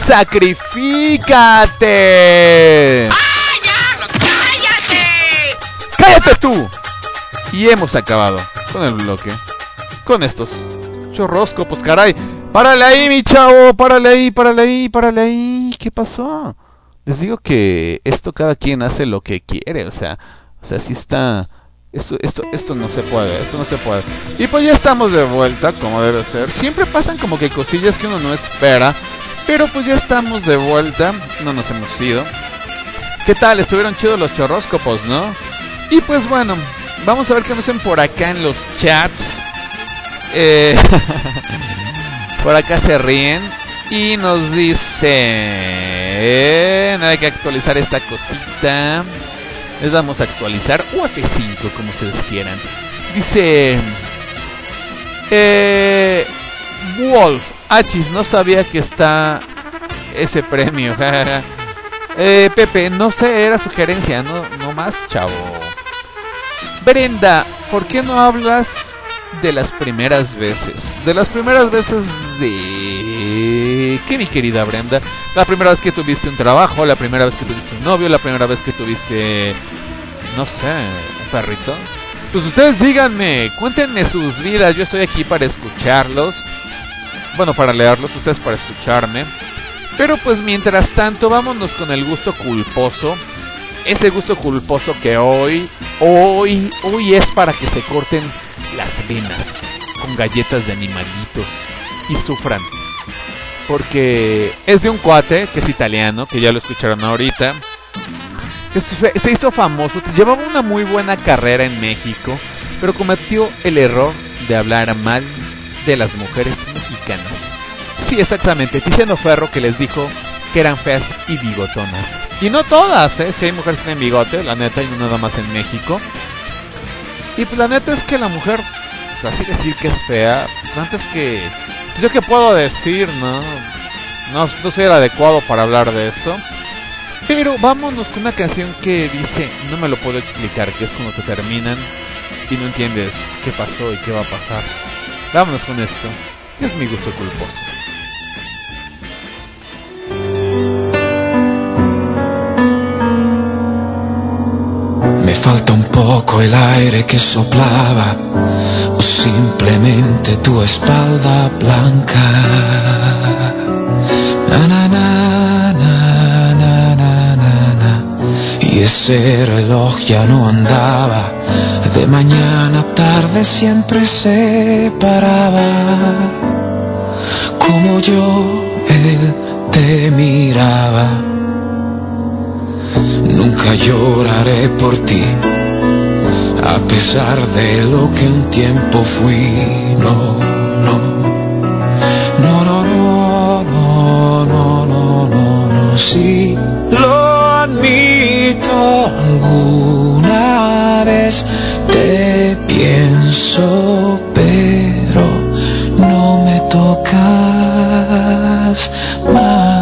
S2: sacrifícate. ¡Cállate! ¡Cállate tú! Y hemos acabado con el bloque, con estos chorróscopos, caray. ¡Párale ahí, mi chavo! ¡Párale ahí! ¿Qué pasó? Les digo que esto cada quien hace lo que quiere, o sea, si está... Esto no se puede, Y pues ya estamos de vuelta, como debe ser. Siempre pasan como que cosillas que uno no espera, pero pues ya estamos de vuelta, no nos hemos ido. ¿Qué tal? Estuvieron chidos los chorróscopos, ¿no? Y pues bueno, vamos a ver qué nos hacen por acá en los chats. Por acá se ríen y nos dicen... hay que actualizar esta cosita. Les vamos a actualizar o a F5, como ustedes quieran. Dice... Wolf, achis, no sabía que está ese premio. Pepe, no sé, era sugerencia, no más, chavo. Brenda, ¿por qué no hablas de las primeras veces? De las primeras veces de... ¿Qué, mi querida Brenda? La primera vez que tuviste un trabajo, la primera vez que tuviste un novio, la primera vez que tuviste... no sé, un perrito. Pues ustedes díganme, cuéntenme sus vidas, yo estoy aquí para escucharlos. Bueno, para leerlos, ustedes para escucharme. Pero pues mientras tanto, vámonos con el gusto culposo. ese gusto culposo que hoy es para que se corten las venas con galletas de animalitos y sufran. Porque es de un cuate que es italiano, que ya lo escucharon ahorita, que se hizo famoso, llevaba una muy buena carrera en México, pero cometió el error de hablar mal de las mujeres mexicanas. Sí, exactamente, Tiziano Ferro, que les dijo que eran feas y bigotonas. Y no todas, sí hay mujeres que tienen bigote, la neta, y no nada más en México. Y pues la neta es que la mujer, pues así decir que es fea, antes que... Pues yo qué puedo decir, no soy el adecuado para hablar de eso. Pero vámonos con una canción que dice, no me lo puedo explicar, que es cuando te terminan y no entiendes qué pasó y qué va a pasar. Vámonos con esto, que es mi gusto culposo.
S8: Me falta un poco el aire que soplaba, o simplemente tu espalda blanca. Na na na na na na na na. Y ese reloj ya no andaba, de mañana a tarde siempre se paraba. Como yo, él te miraba. Nunca lloraré por ti, a pesar de lo que un tiempo fui. No, no, no, no, no, no, no, no, no, no. Sí, lo admito, alguna vez te pienso, pero no me tocas más.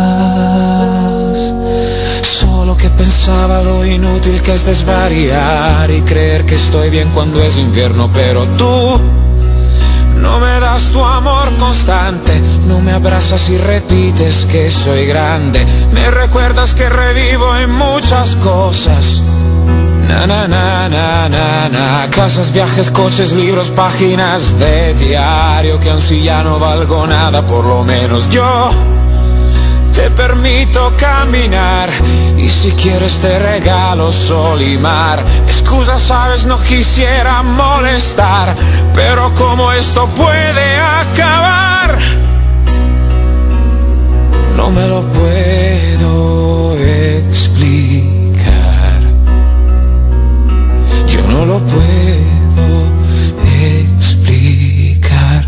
S8: Pensaba lo inútil que es desvariar y creer que estoy bien cuando es invierno, pero tú no me das tu amor constante, no me abrazas y repites que soy grande, me recuerdas que revivo en muchas cosas. Na na na na na na. Casas, viajes, coches, libros, páginas de diario, que aun si ya no valgo nada, por lo menos yo te permito caminar, y si quieres te regalo sol y mar. Excusa, sabes, no quisiera molestar, pero ¿cómo esto puede acabar? No me lo puedo explicar. Yo no lo puedo explicar.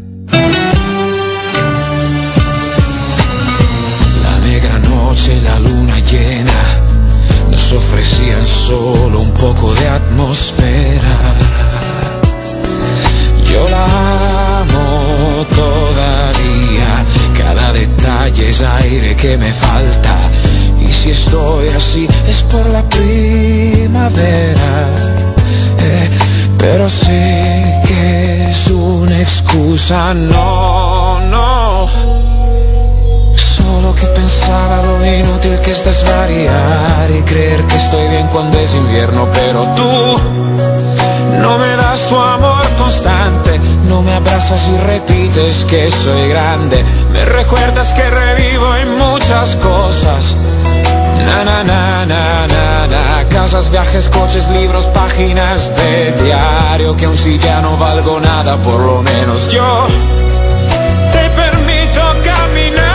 S8: La luna llena nos ofrecían solo un poco de atmósfera. Yo la amo todavía, cada detalle es aire que me falta, y si estoy así es por la primavera. Pero sé que es una excusa, no, no. Solo que pensaba lo inútil que es desvariar y creer que estoy bien cuando es invierno, pero tú no me das tu amor constante, no me abrazas y repites que soy grande, me recuerdas que revivo en muchas cosas. Na na na na na na. Casas, viajes, coches, libros, páginas de diario, que aun si ya no valgo nada, por lo menos yo te permito caminar.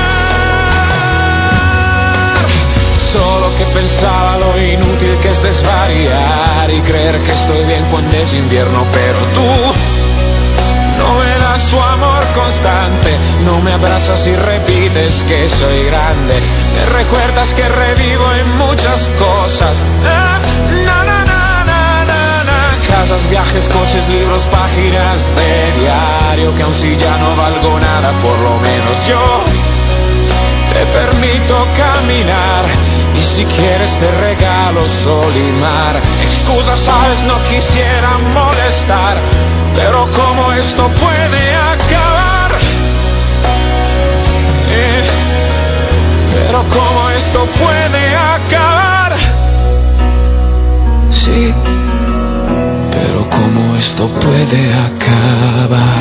S8: Solo que pensaba lo inútil que es desvariar y creer que estoy bien cuando es invierno, pero tú no me das tu amor constante, no me abrazas y repites que soy grande, me recuerdas que revivo en muchas cosas. Na, na, na, na, na, na, na. Casas, viajes, coches, libros, páginas de diario, que aun si ya no valgo nada, por lo menos yo te permito caminar, y si quieres te regalo sol y mar. Excusa, sabes, no quisiera molestar, pero ¿cómo esto puede acabar? Pero ¿cómo esto puede acabar? Sí, pero ¿cómo esto puede acabar?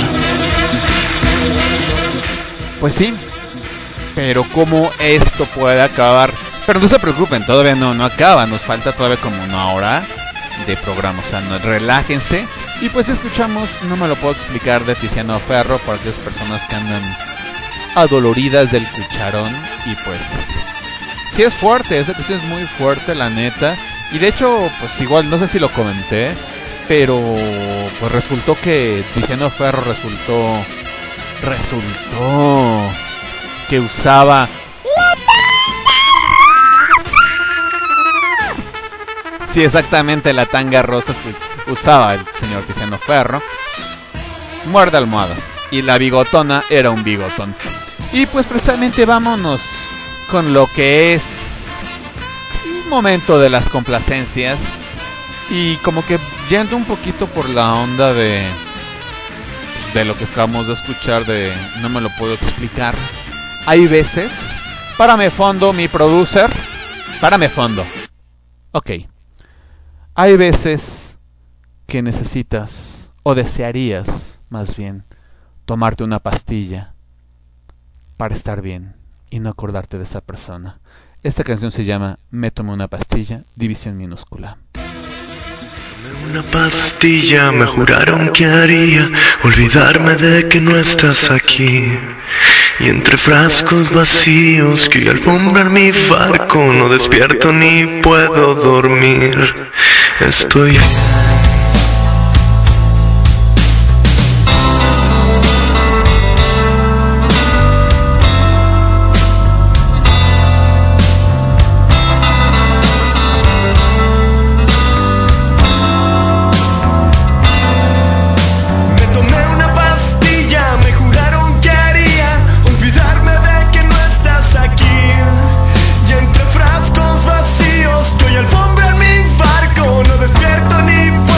S2: Pues sí, pero ¿cómo esto puede acabar? Pero no se preocupen, todavía no acaba, nos falta todavía como una hora de programa, o sea, no, relájense. Y pues escuchamos No me lo puedo explicar de Tiziano Ferro para aquellas personas que andan adoloridas del cucharón. Y pues sí es fuerte, esa cuestión es muy fuerte, la neta. Y de hecho, pues igual, no sé si lo comenté, pero pues resultó que Tiziano Ferro resultó que usaba sí, exactamente, la tanga rosa que usaba el señor Tiziano Ferro. Muerde almohadas. Y la bigotona era un bigotón. Y pues precisamente vámonos con lo que es un momento de las complacencias. Y como que yendo un poquito por la onda de lo que acabamos de escuchar de No me lo puedo explicar. Hay veces, párame fondo, mi producer, párame fondo. Ok. Hay veces que necesitas, o desearías, más bien, tomarte una pastilla para estar bien y no acordarte de esa persona. Esta canción se llama Me tomé una pastilla, división minúscula.
S7: Una pastilla, me juraron que haría olvidarme de que no estás aquí. Y entre frascos vacíos que alfombran mi barco, no despierto ni puedo dormir. Estoy alfombra en mi barco, no despierto ni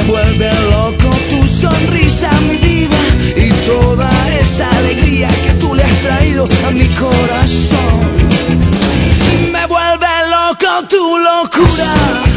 S3: vuelve loco tu sonrisa, mi vida, y toda esa alegría que tú le has traído a mi corazón. Me vuelve loco tu locura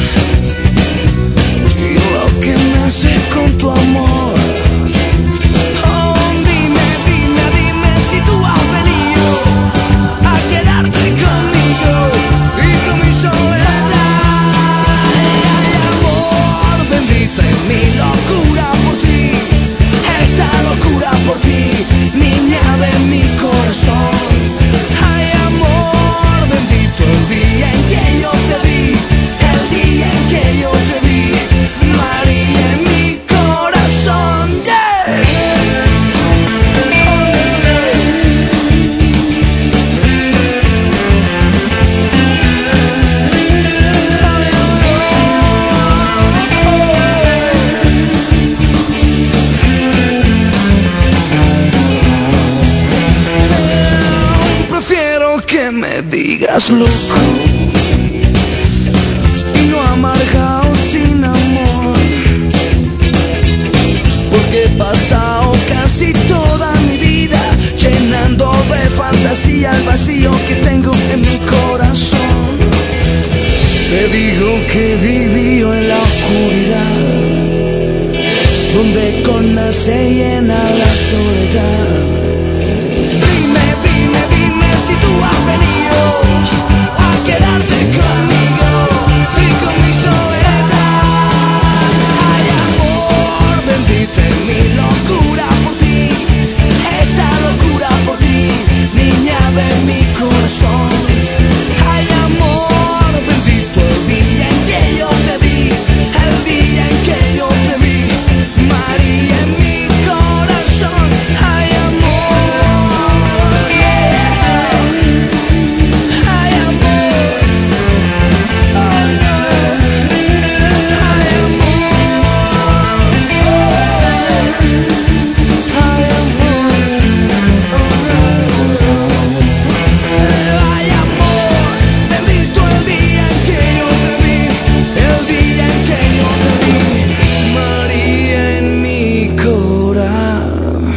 S3: y lo que me haces con tu amor. Oh, dime, dime, dime si tú has venido a quedarte conmigo y con mi soledad. Ay, amor, bendita es mi locura por ti, esta locura por ti, niña de mi corazón. Ay, amor, bendito el día en que yo te vi, el día en que yo te vi, María en mi corazón. Yeah. Prefiero que me digas loco y no amargado sin amor, porque he pasado casi toda mi vida llenando de fantasía el vacío que tengo en mi corazón. Te digo que viví en la oscuridad, donde con nada se llena la soledad. Dime, dime, dime si tú has venido a quedarte conmigo y con mi soledad. Ay, amor, bendita es mi locura por ti, esta locura por ti, niña de mi corazón. Ay, amor, bendito el día en que yo te vi, el día en que yo te vi, María en mi corazón. Ay, amor, yeah. Ay, amor, oh no. Ay, amor, ay, amor, ay, amor, bendito el día en que yo te vi, el día en que yo te vi, María en mi corazón.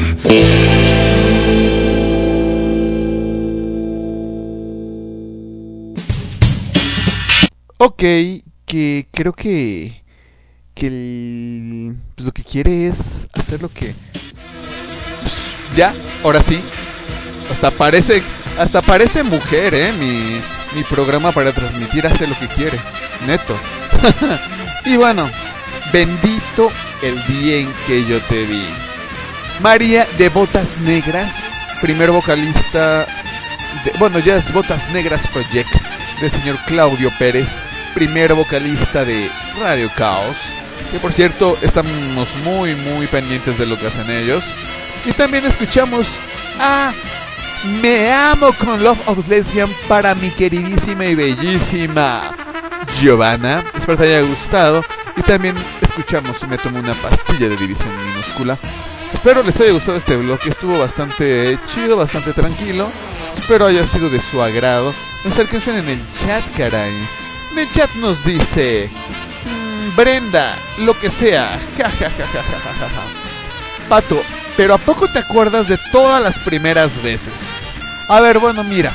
S2: Ok, que creo que pues lo que quiere es hacer lo que... Ya, ahora sí. Hasta parece mujer, mi programa para transmitir hace lo que quiere. Neto. Y bueno, bendito el día en que yo te vi. María de Botas Negras, primer vocalista ya es Botas Negras Project del señor Claudio Pérez, primer vocalista de Radio Caos, que por cierto estamos muy muy pendientes de lo que hacen ellos. Y también escuchamos a Me Amo con Love of Lesbian para mi queridísima y bellísima Giovanna, espero te haya gustado. Y también escuchamos Me Tomo una Pastilla de División Minúscula. Espero les haya gustado este bloque, estuvo bastante chido, bastante tranquilo. Espero haya sido de su agrado. Nuestra canción en el chat, caray. En el chat nos dice Brenda, lo que sea. Ja, ja, ja, ja, ja, ja, ja. Pato, pero ¿a poco te acuerdas de todas las primeras veces? A ver, bueno, mira.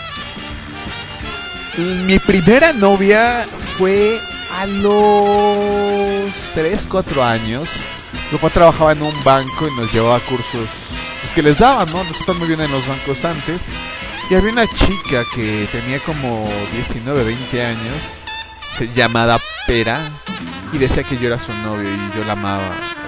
S2: Mi primera novia fue a los 3, 4 años. Mi papá trabajaba en un banco y nos llevaba a cursos pues, que les daban, ¿no? Nos estaban muy bien en los bancos antes. Y había una chica que tenía como 19, 20 años, llamada Pera, y decía que yo era su novio y yo la amaba.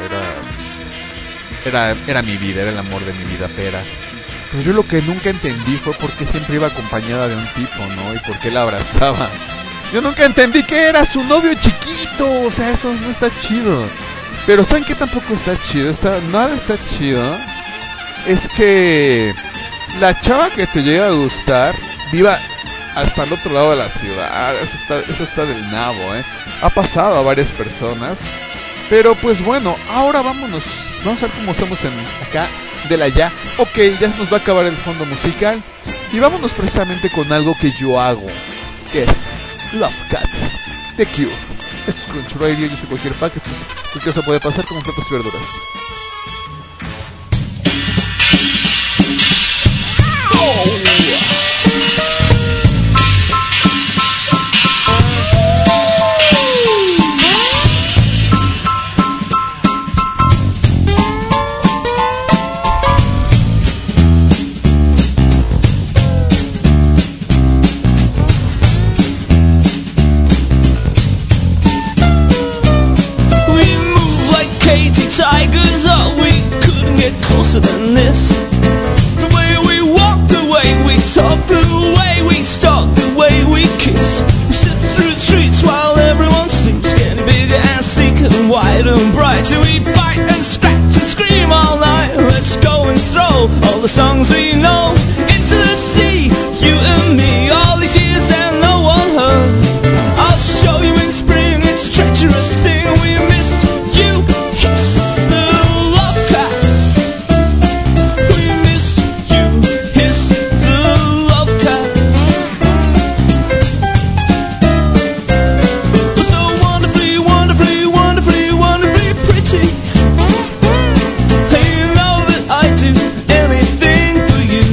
S2: Era mi vida, era el amor de mi vida, Pera. Pero yo lo que nunca entendí fue por qué siempre iba acompañada de un tipo, ¿no? Y por qué la abrazaba. Yo nunca entendí que era su novio chiquito, o sea, eso no está chido. Pero ¿saben qué tampoco está chido? Nada está chido. Es que la chava que te llega a gustar viva hasta el otro lado de la ciudad. Eso está del nabo, Ha pasado a varias personas. Pero pues bueno, ahora vamos a ver cómo estamos acá de la ya. Ok, ya nos va a acabar el fondo musical. Y vámonos precisamente con algo que yo hago, que es Love Cats, The Cure. Esto es Crunch Radio, yo soy cualquier pack, esto es Cualquier cosa puede pasar con frutas y verduras.
S3: Tigers, oh, we couldn't get closer than this. The way we walk, the way we talk, the way we stalk, the way we kiss. We sit through the streets while everyone sleeps, getting bigger and sleeker and wide and bright. So we bite and scratch and scream all night. Let's go and throw all the songs we know into the sea. You and me, all these years and no one heard. I'll show you in spring, it's a treacherous thing. We miss you. Hiss the love cats. We miss you. Hiss the love cats. We're so wonderfully, wonderfully, wonderfully, wonderfully pretty. And you know that I do anything for you.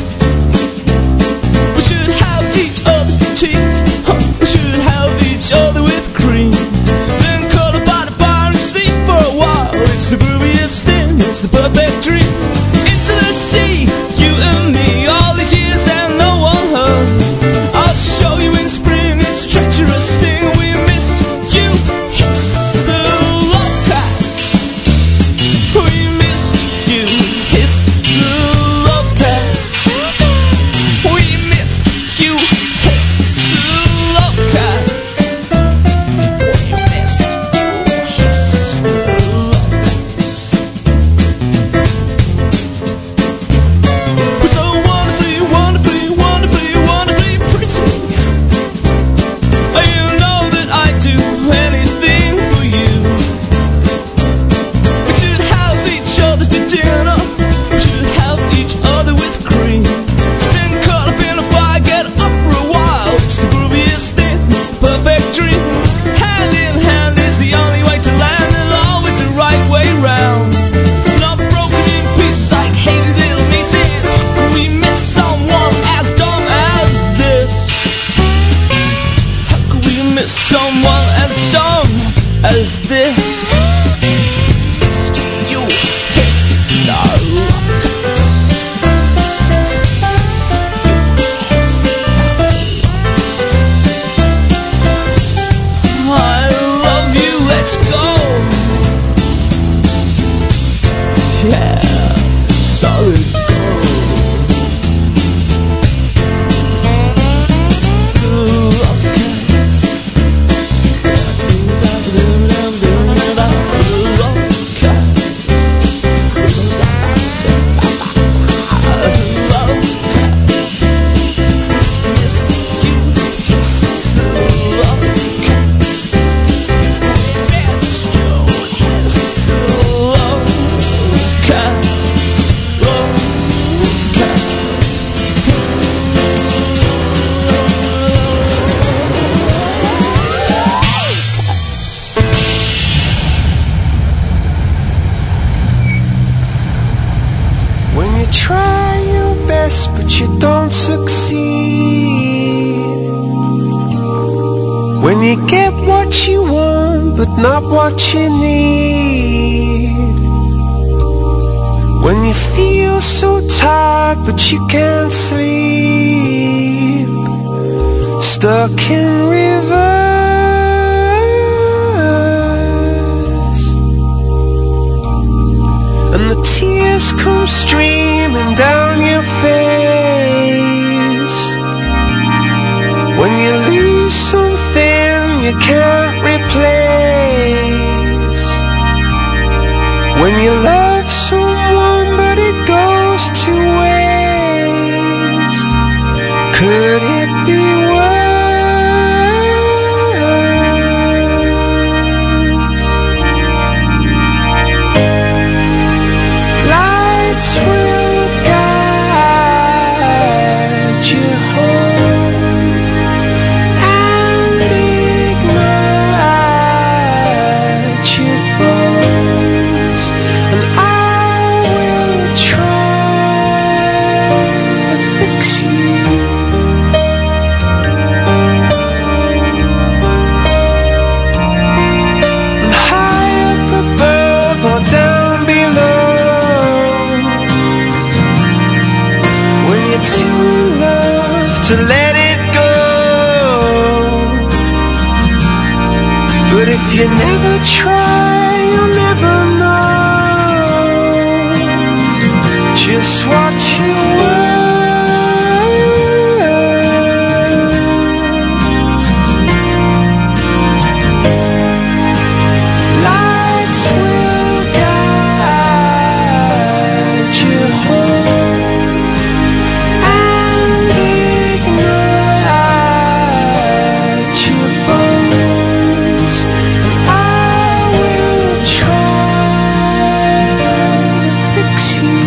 S3: We should have each other's tea. We should have each other with cream. Then cuddle by the bar and sleep for a while. It's the grooviest thing, it's the perfect dream. Into the sea, you and me, all these years and no one heard. I'll show you in spring, it's a treacherous thing. We miss you, hiss the love cats. We miss you, hiss the love cats. We miss you, hiss the love cats. We miss you, hiss the love cats. We're so wonderfully, wonderfully, wonderfully, wonderfully pretty. You know that I do anything for you. We should have each other to dinner. We should have each other with cream. Then cut up in a fire, get up for a while. It's the grooviest thing, it's the perfect dream. Hand in hand is the only way to land, and always the right way round. Not broken in pieces like hated little nieces. How could we miss someone as dumb as this? How could we miss someone as dumb as this? It's you, hiss the love cats. It's you, hiss the love cats. I love you, let's go. Yeah, solid gold. The love cats.
S7: When you try your best but you don't succeed. When you get what you want but not what you need. When you feel so tired but you can't sleep. Stuck in reverse. And the tears come streaming down your face. When you lose something you can't replace. When you love someone but it goes to waste. Could it be worse? Lights will guide you home and ignite your bones. to let it go. But if you never try, you'll never know just what you were. Lights will guide you home and ignite your bones. I will try to fix you.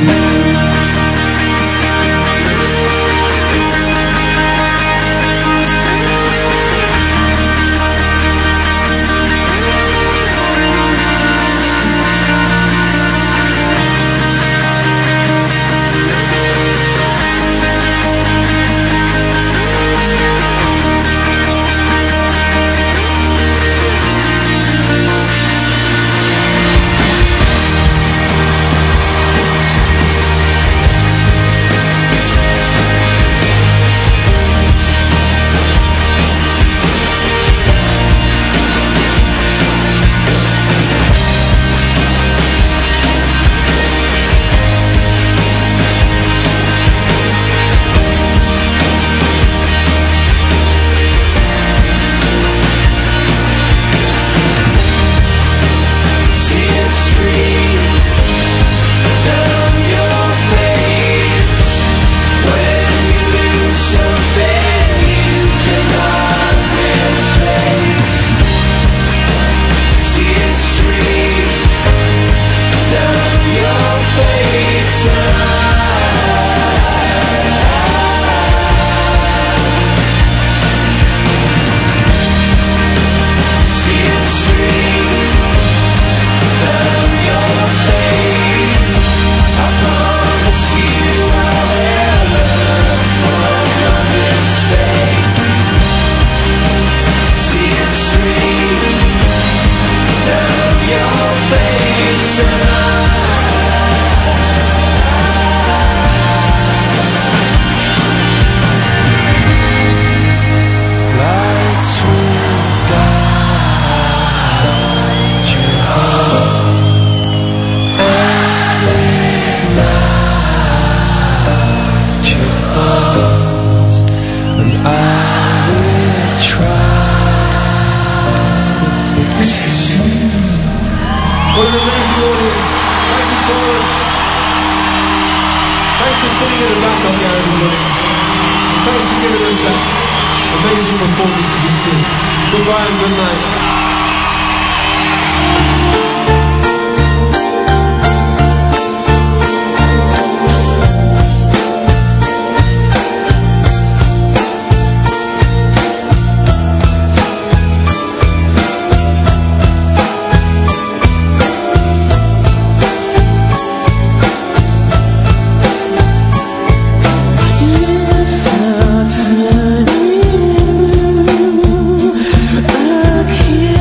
S3: Again.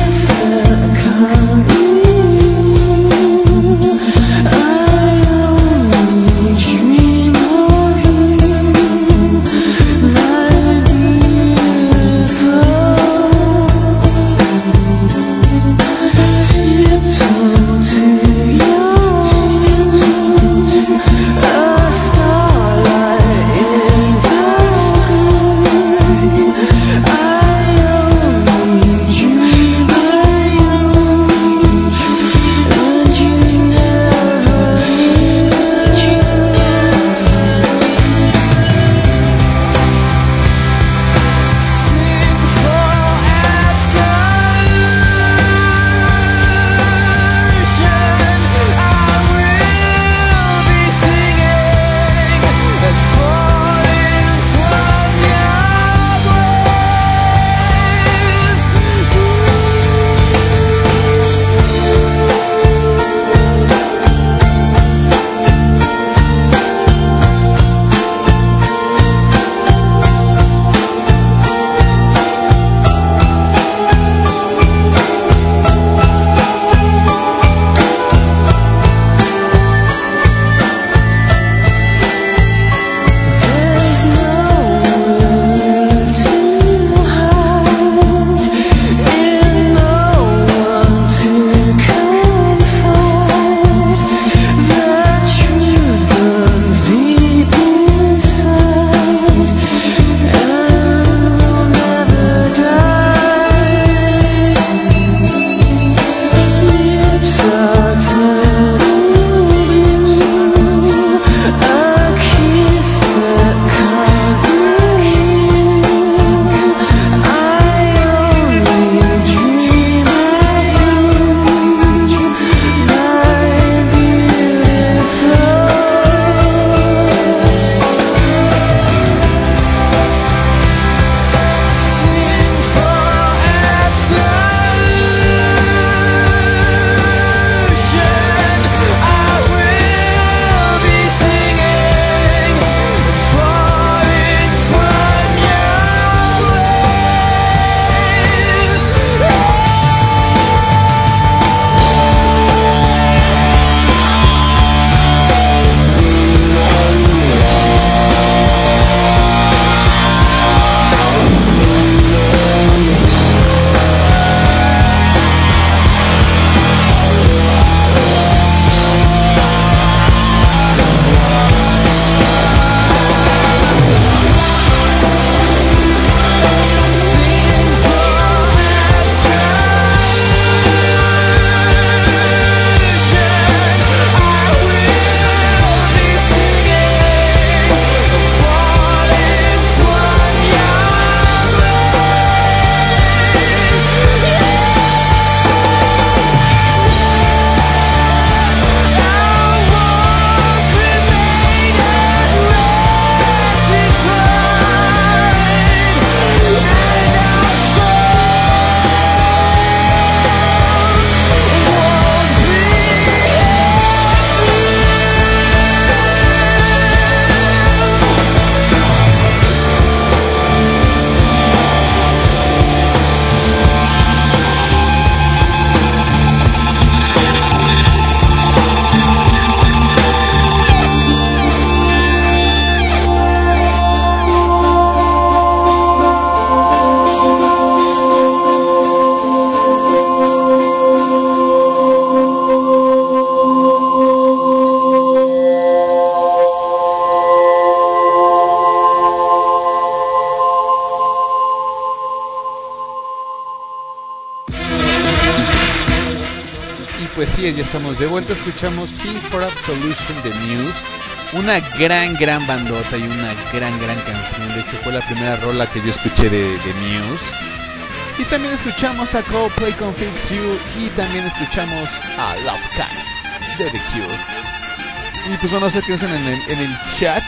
S2: ya estamos de vuelta. Escuchamos Sing for Absolution de Muse, una gran bandota y una gran canción. De hecho fue la primera rola que yo escuché de Muse. Y también escuchamos a Coldplay con Fix You, y también escuchamos a Love Cats de The Cure. Y pues bueno, no sé qué usan en el chat.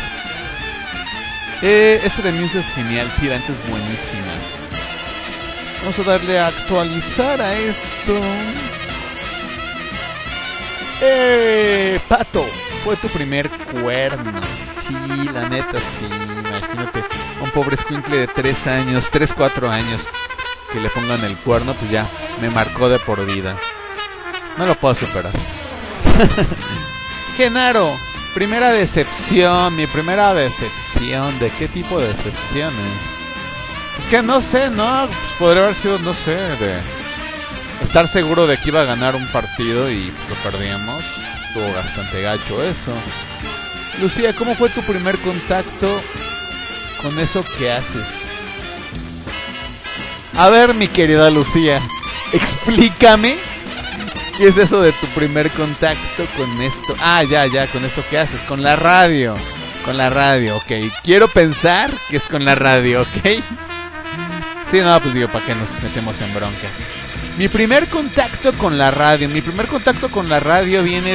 S2: Este de Muse es genial, sí, antes es buenísima. Vamos a darle a actualizar a esto. Pato, fue tu primer cuerno. Sí, la neta, sí. Imagínate, un pobre escuincle de 3, 4 años que le pongan el cuerno, pues ya me marcó de por vida. No lo puedo superar. Genaro, primera decepción. Mi primera decepción. ¿De qué tipo de decepciones? Es que no sé, ¿no? Pues podría haber sido, no sé, de estar seguro de que iba a ganar un partido y lo perdíamos. Estuvo bastante gacho eso. Lucía, ¿cómo fue tu primer contacto con eso que haces? A ver, mi querida Lucía, explícame qué es eso de tu primer contacto con esto. Ah, ya, con esto que haces, con la radio. Con la radio, ok. Quiero pensar que es con la radio, ok. Sí, no, pues digo, ¿para qué nos metemos en broncas? Mi primer contacto con la radio. Viene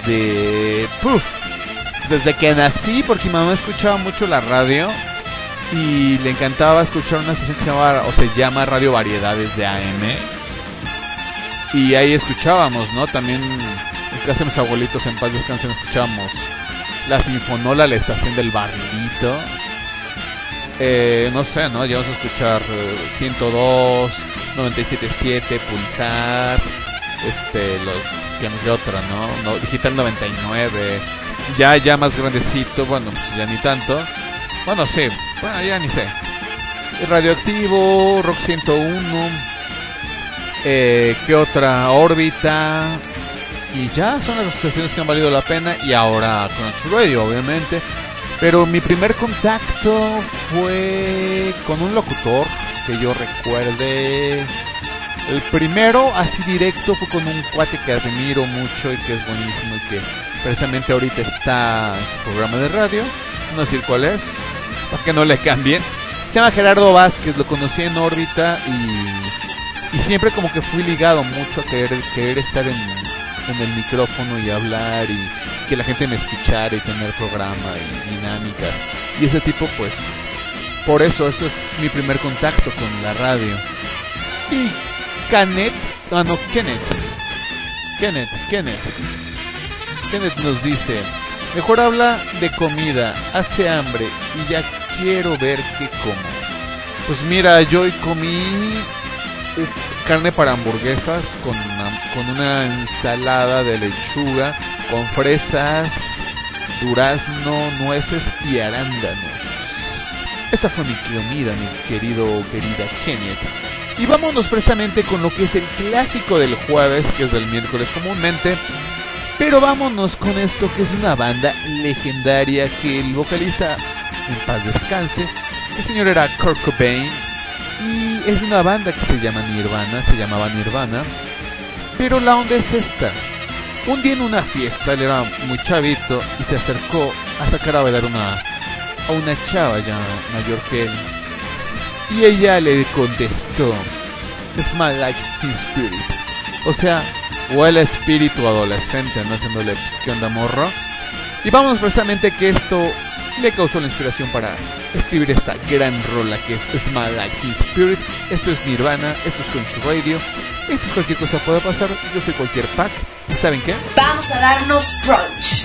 S2: desde que nací, porque mi mamá escuchaba mucho la radio y le encantaba escuchar una estación que se llama Radio Variedades de AM. Y ahí escuchábamos, ¿no? También en casa de mis abuelitos, en paz descansen, escuchábamos la Sinfonola, la estación del Barrilito. No sé, ¿no? Llegamos a escuchar 102, 97.7, Pulsar, que otra, ¿no? Digital 99, ya más grandecito, bueno, pues ya ni tanto. Bueno, sí, bueno, ya ni sé. Radioactivo, Rock 101, ¿qué otra? Órbita. Y ya son las estaciones que han valido la pena. Y ahora Crunchy Radio, obviamente. Pero mi primer contacto fue con un locutor que yo recuerde. El primero, así directo, fue con un cuate que admiro mucho y que es buenísimo y que precisamente ahorita está en su programa de radio. No sé cuál es, para que no le cambien. Se llama Gerardo Vázquez, lo conocí en órbita y siempre como que fui ligado mucho a querer estar en el micrófono y hablar y que la gente me escuchara y tener programa y dinámicas y ese tipo, pues por eso es mi primer contacto con la radio. Y Kenneth nos dice: mejor habla de comida, hace hambre y ya quiero ver qué como. Pues mira, yo hoy comí carne para hamburguesas con una ensalada de lechuga, con fresas, durazno, nueces y arándanos. Esa fue mi comida, mi querida Kenneth. Y vámonos precisamente con lo que es el clásico del jueves, que es del miércoles comúnmente. Pero vámonos con esto, que es una banda legendaria, que el vocalista, en paz descanse, el señor era Kurt Cobain. Y es una banda que se llamaba Nirvana. Pero la onda es esta. Un día en una fiesta, él era muy chavito y se acercó a sacar a bailar a una chava ya mayor que él. Y ella le contestó: "Smell like Teen Spirit". O sea, huele a espíritu adolescente, no haciéndole, pues, ¿qué onda, morro? Y vamos precisamente que esto le causó la inspiración para escribir esta gran rola que es Smell Like Teen Spirit. Esto es Nirvana, esto es Crunchy Radio, esto es Cualquier Cosa Puede Pasar, yo soy Cualquier Pack. ¿Y saben qué?
S3: Vamos a darnos crunch.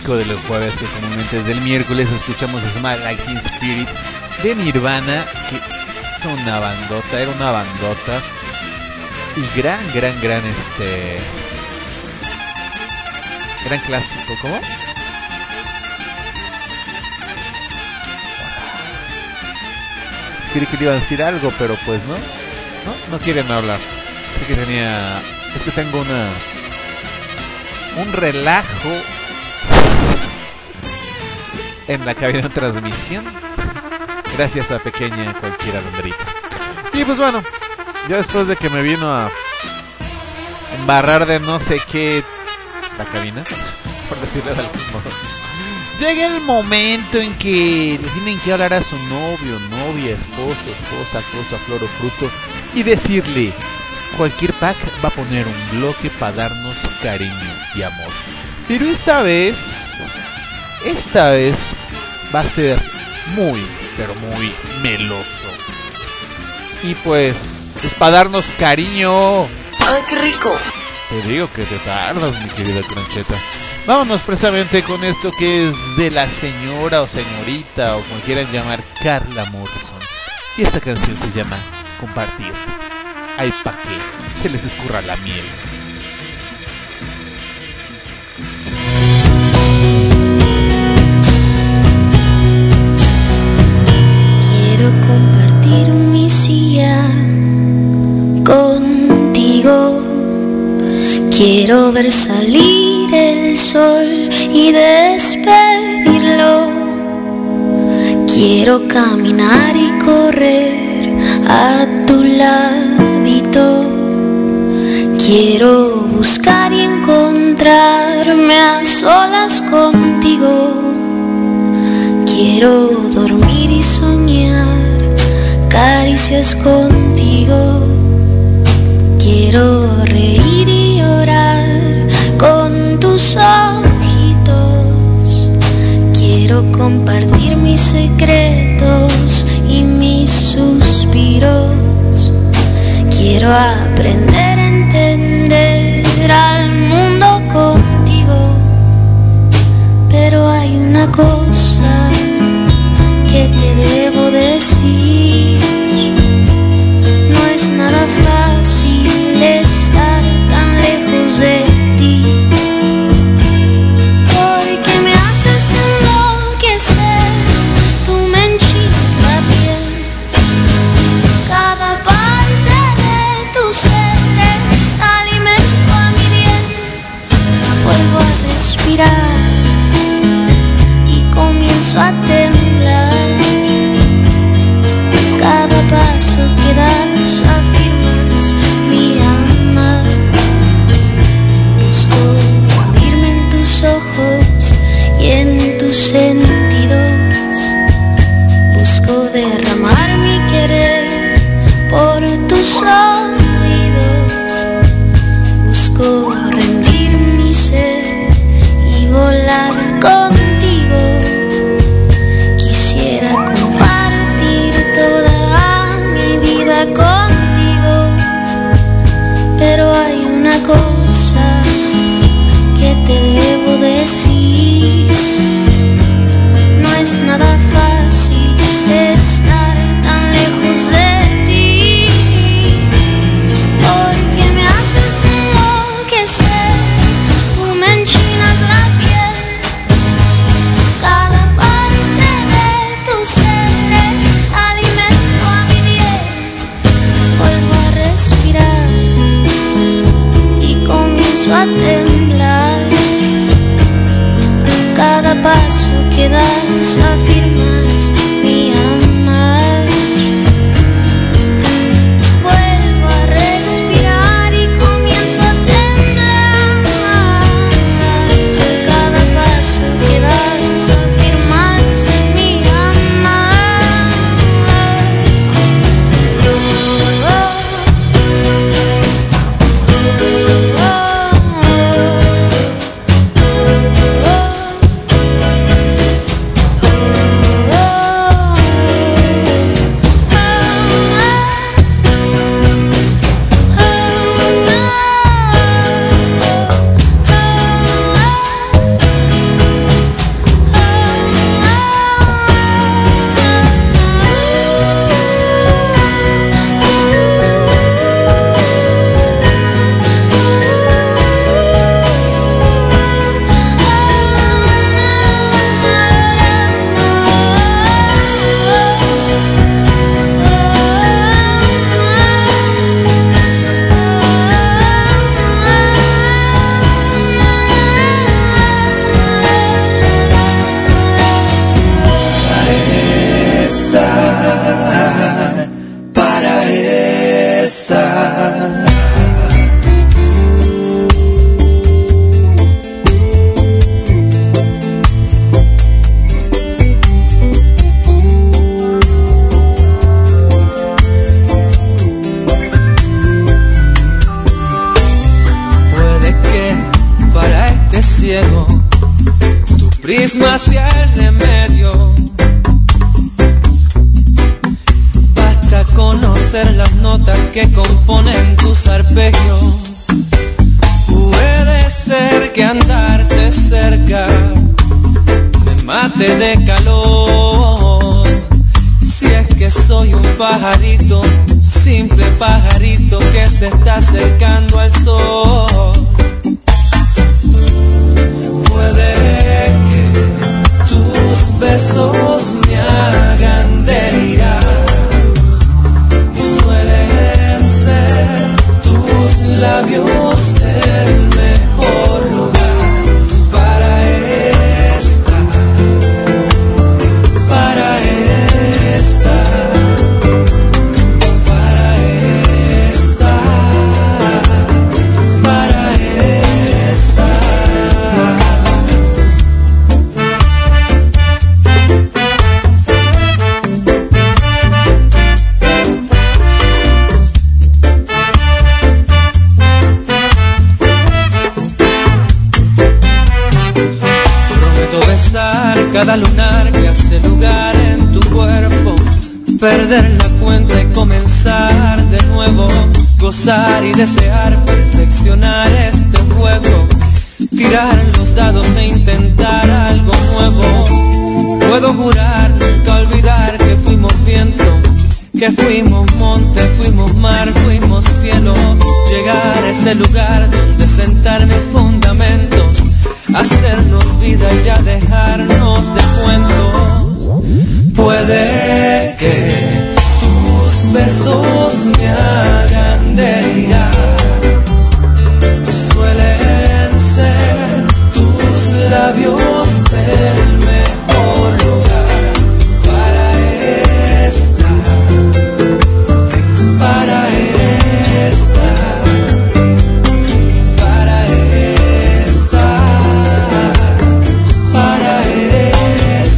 S2: clásico de los jueves, que comúnmente es del miércoles, escuchamos Smell Like Teen Spirit de Nirvana, que es una bandota, era una bandota. Y gran clásico, ¿cómo? Creí que le iba a decir algo, pero pues no quieren hablar. Es que tengo un relajo en la cabina de transmisión, gracias a pequeña cualquier alondrita. Y pues bueno, ya después de que me vino a embarrar de no sé qué la cabina, por decirlo de algún modo, llega el momento en que le tienen que hablar a su novio, novia, esposo, esposa, cosa, flor o fruto, y decirle: cualquier pack va a poner un bloque para darnos cariño y amor. Pero esta vez va a ser muy, pero muy meloso. Y pues es para darnos cariño.
S9: ¡Ay, qué rico!
S2: Te digo que te tardas, mi querida Croncheta. Vámonos precisamente con esto que es de la señora o señorita, o como quieran llamar, Carla Morrison. Y esta canción se llama Compartir. Ay, pa' que se les escurra la miel.
S10: Quiero compartir mi silla contigo. Quiero ver salir el sol y despedirlo. Quiero caminar y correr a tu ladito. Quiero buscar y encontrarme a solas contigo. Quiero dormir y soñar caricias contigo. Quiero reír y llorar con tus ojitos. Quiero compartir mis secretos y mis suspiros. Quiero aprender a entender al mundo contigo. Pero hay una cosa que te debo decir. No es nada fácil estar tan lejos de ti, porque me haces enloquecer. Tú me enchinas la piel. Cada parte de tu ser es alimento a mi bien. Vuelvo a respirar y comienzo a temblar. Cada paso que das afirmas mi amar. Busco hundirme en tus ojos y en tus sentidos. Busco derramar mi querer por tus oídos. Busco rendir mi ser y volar contigo. Quisiera compartir toda mi vida contigo, pero hay una cosa que te debo decir. No es nada fácil estar tan lejos de ti, porque me haces enloquecer. Tú me enchinas la piel. Cada parte de tu ser es alimento a mi bien. Vuelvo a respirar y comienzo a temblar. Cada paso que das afirmas mi amar. Vuelvo a respirar y comienzo a temblar. Cada paso que das afirmas mi amar.
S9: más sea el remedio. Basta conocer las notas que componen tus arpegios. Puede ser que andarte cerca me mate de calor. Si es que soy un pajarito, simple pajarito que se está acercando al sol. Puede que tus besos me hagan delirar y suelen ser tus labios el mejor lugar para estar, para estar, para estar, para estar. Cada lunar que hace lugar en tu cuerpo, perder la cuenta y comenzar de nuevo, gozar y desear perfeccionar este juego, tirar los dados e intentar algo nuevo. Puedo jurar nunca olvidar que fuimos viento, que fuimos monte, fuimos mar, fuimos cielo, llegar a ese lugar donde sentar mis fundamentos, hacernos vida y ya dejarnos de cuentos. Puede que tus besos me hagan delirar, suelen ser tus labios el mejor lugar para estar, para estar, para estar, para estar.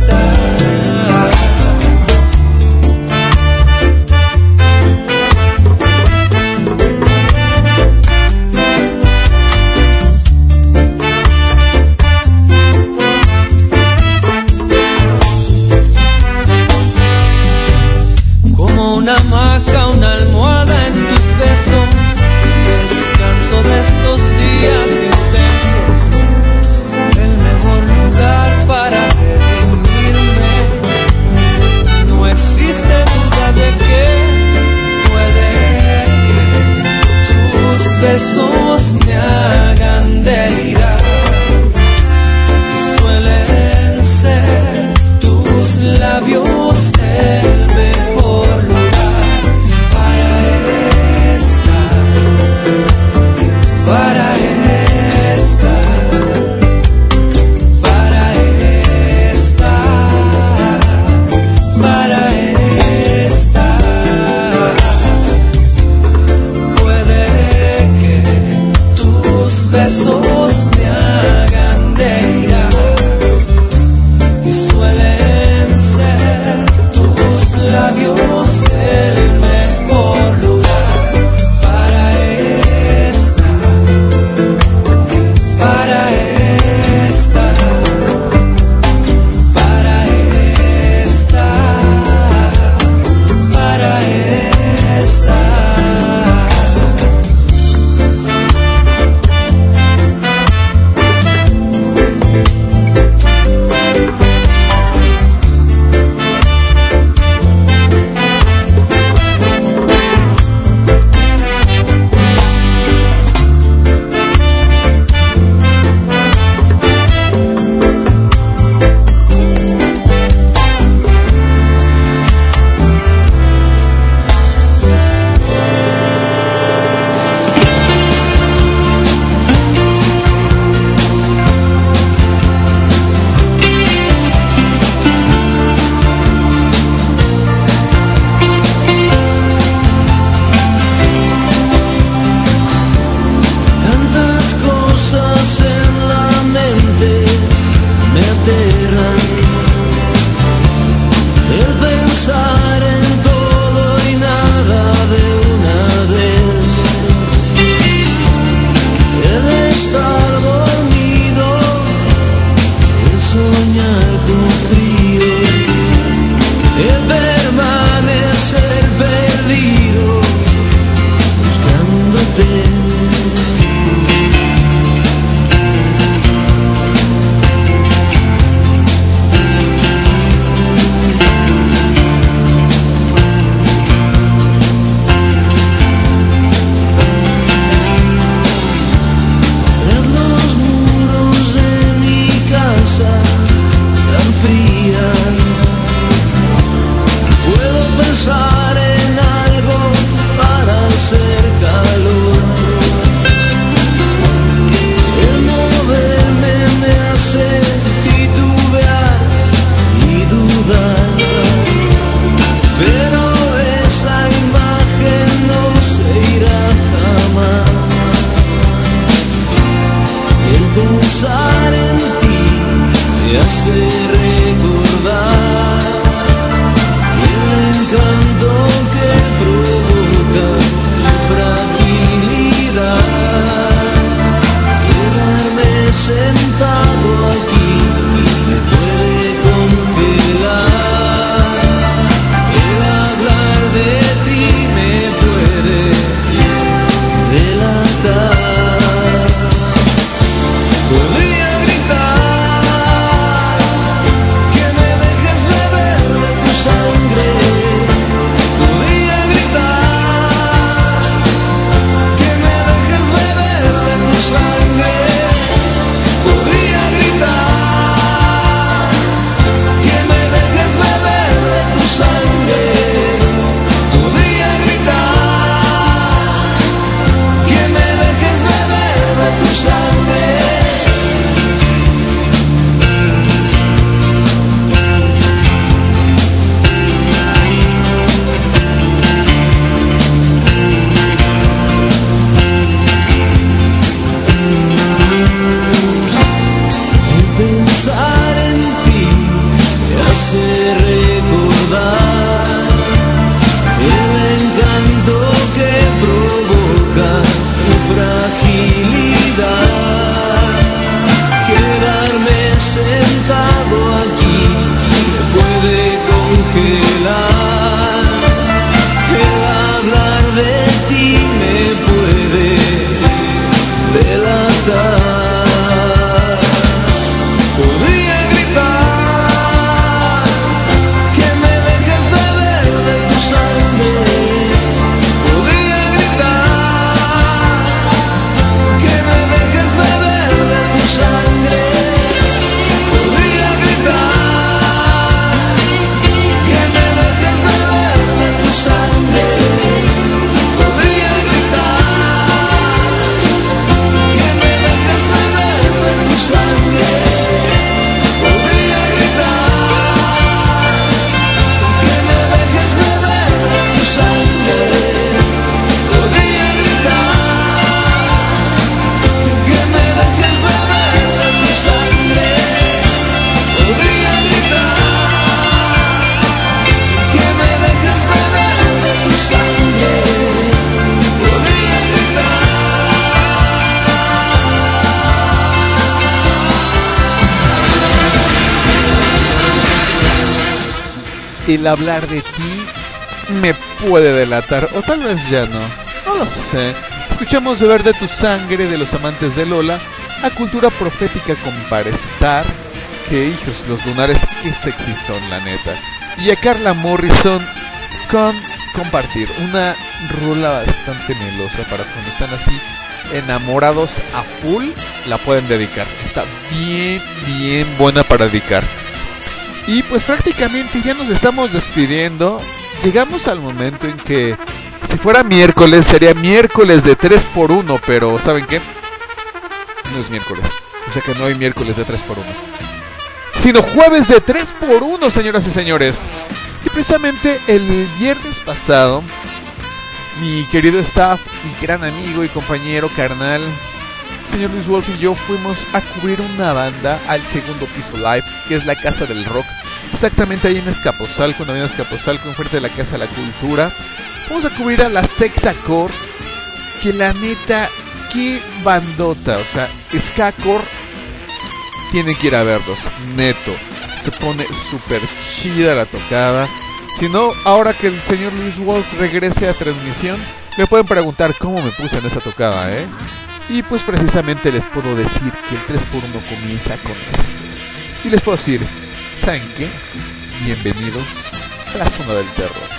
S2: el hablar de ti me puede delatar, o tal vez ya no lo sé. Escuchamos Beber de tu sangre de los amantes de Lola, a Cultura Profética con Parestar, que hijos, los lunares, qué sexy son, la neta. Y a Carla Morrison con Compartir, una rola bastante melosa para cuando están así enamorados a full, la pueden dedicar. Está bien buena para dedicar. Y pues prácticamente ya nos estamos despidiendo. Llegamos al momento en que si fuera miércoles sería miércoles de 3x1, pero ¿saben qué? No es miércoles, o sea que no hay miércoles de 3x1, sino jueves de 3x1, señoras y señores. Y precisamente el viernes pasado, mi querido staff, mi gran amigo y compañero carnal, señor Luis Wolf y yo fuimos a cubrir una banda al Segundo Piso Live, que es la Casa del Rock, exactamente ahí en Escaposalco, en Avenida Escaposalco, enfrente de la Casa de la Cultura. Vamos a cubrir a la Secta Core, que la neta, qué bandota, o sea, Ska Core, tienen que ir a verlos, neto. Se pone súper chida la tocada. Si no, ahora que el señor Luis Wolf regrese a transmisión, me pueden preguntar cómo me puse en esa tocada, Y pues precisamente les puedo decir que el 3x1 comienza con esto. Y les puedo decir, ¿saben qué? Bienvenidos a la zona del terror.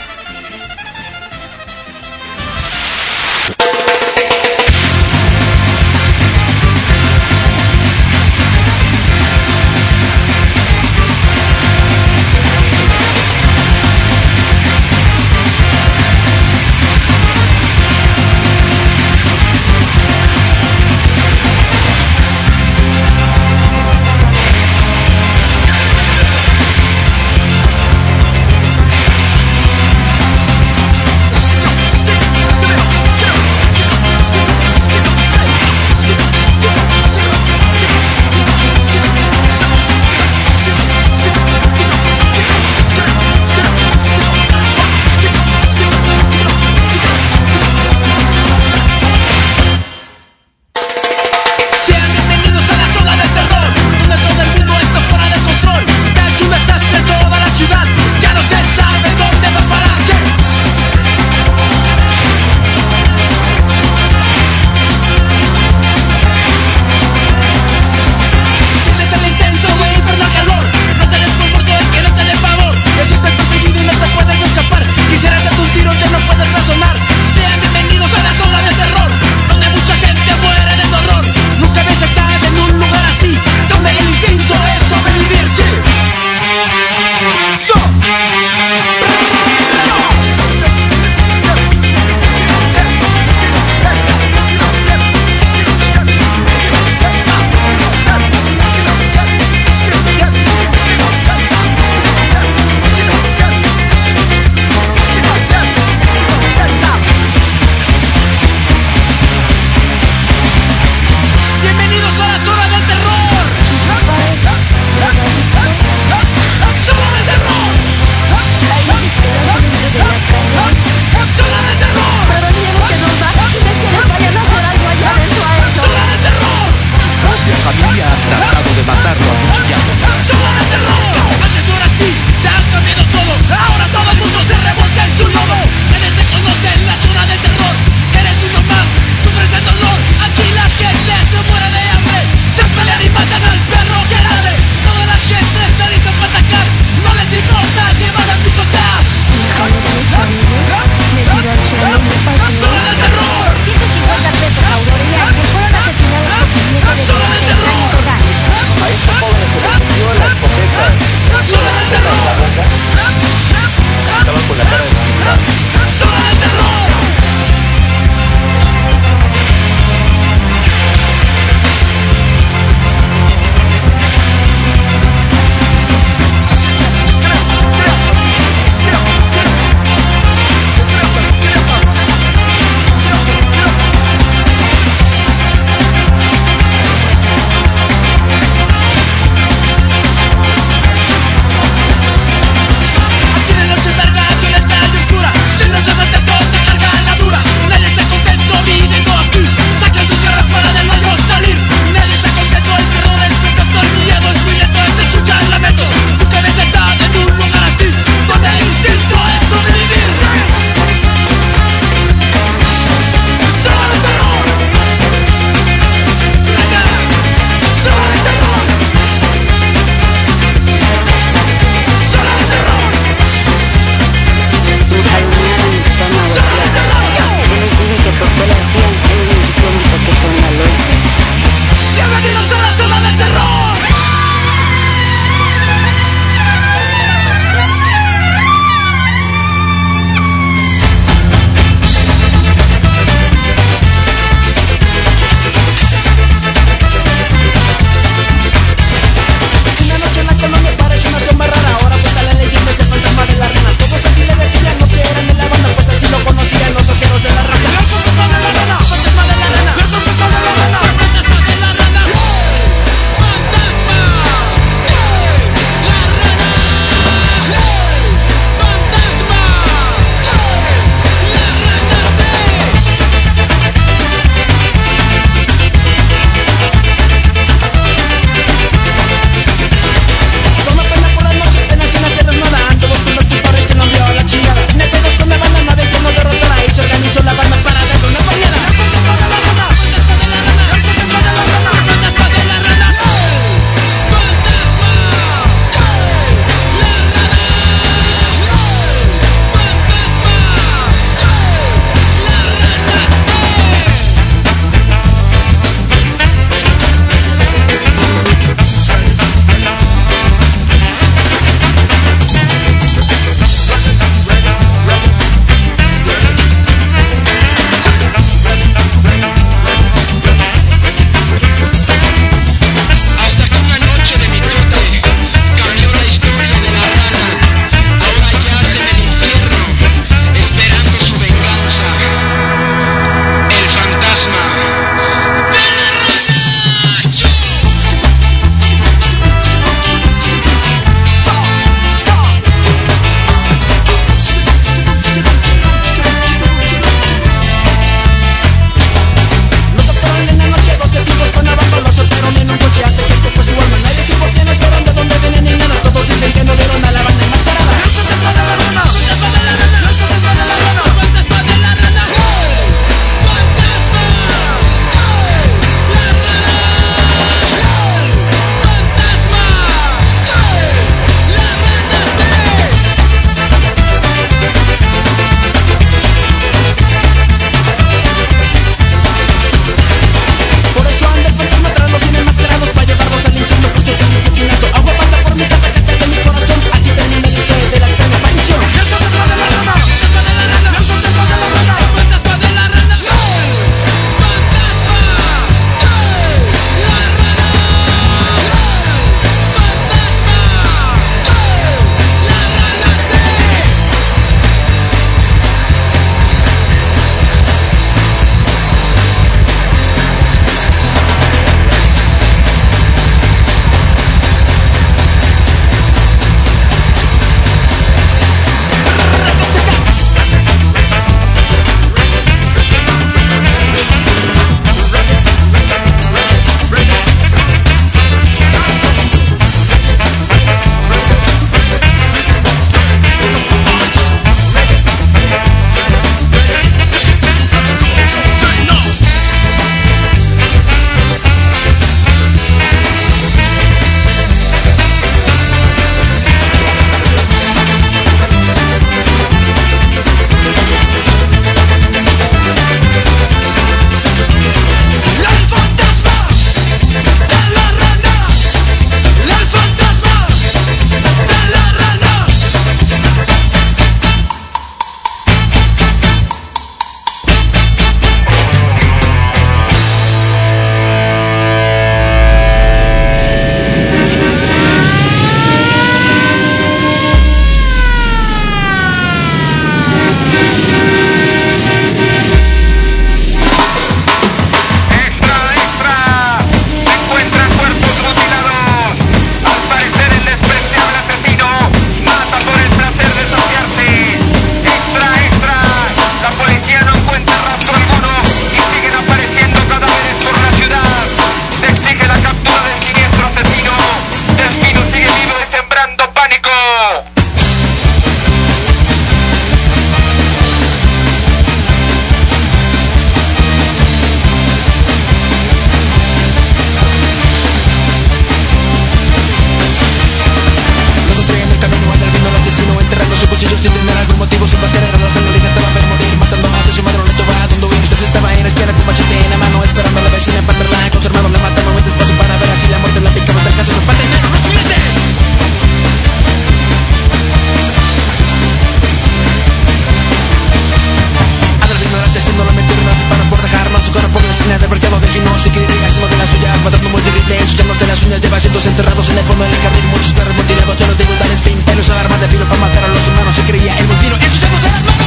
S3: del mercado de fino seguiría haciendo de las suyas, matando muy terrible, ensuciándose las uñas, lleva siendo enterrados en el fondo del jardín. Muchos perros mutilados, ya los digo, darles fin. Pelos alarmas de filo para matar a los humanos. Se creía el muy fino, ensuciándose las manos.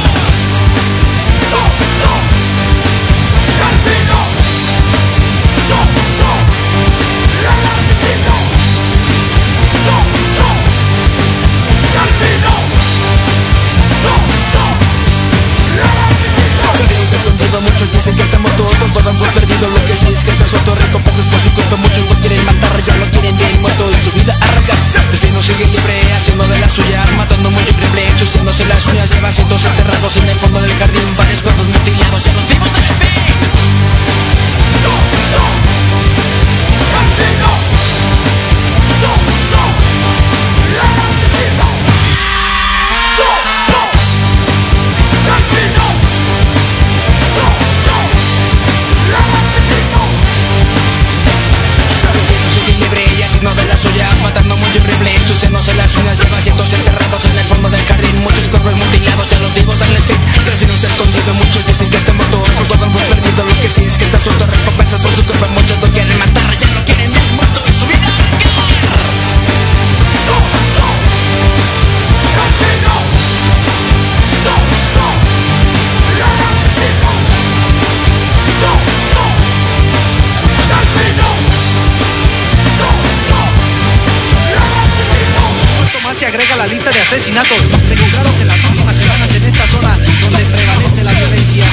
S3: Muchos dicen que estamos todos hemos perdido. Lo que sí es que está suelto, recompensas por su culpa. Muchos lo quieren matar, ya lo quieren bien muerto y su vida arranca. El fino sigue libre, haciendo de las suyas, matando muy horrible, ensuciándose las uñas, lleva cientos enterrados en el fondo del jardín. Varios cuerpos mutilados, ya los vimos en el fin. De las suyas, matando muy horrible, ensuciándose las uñas, lleva cientos enterrados en el fondo del jardín. Muchos cuerpos mutilados, ya los vivos darles fin. Serafino se ha escondido, muchos dicen que está muerto, por todo hemos perdido. Lo que sí es que está suelto, recompensas por su cuerpo. Muchos lo quieren matar, ya lo quieren bien muerto y su vida
S11: se agrega a la lista de asesinatos registrados en las últimas semanas en esta zona donde prevalece la violencia.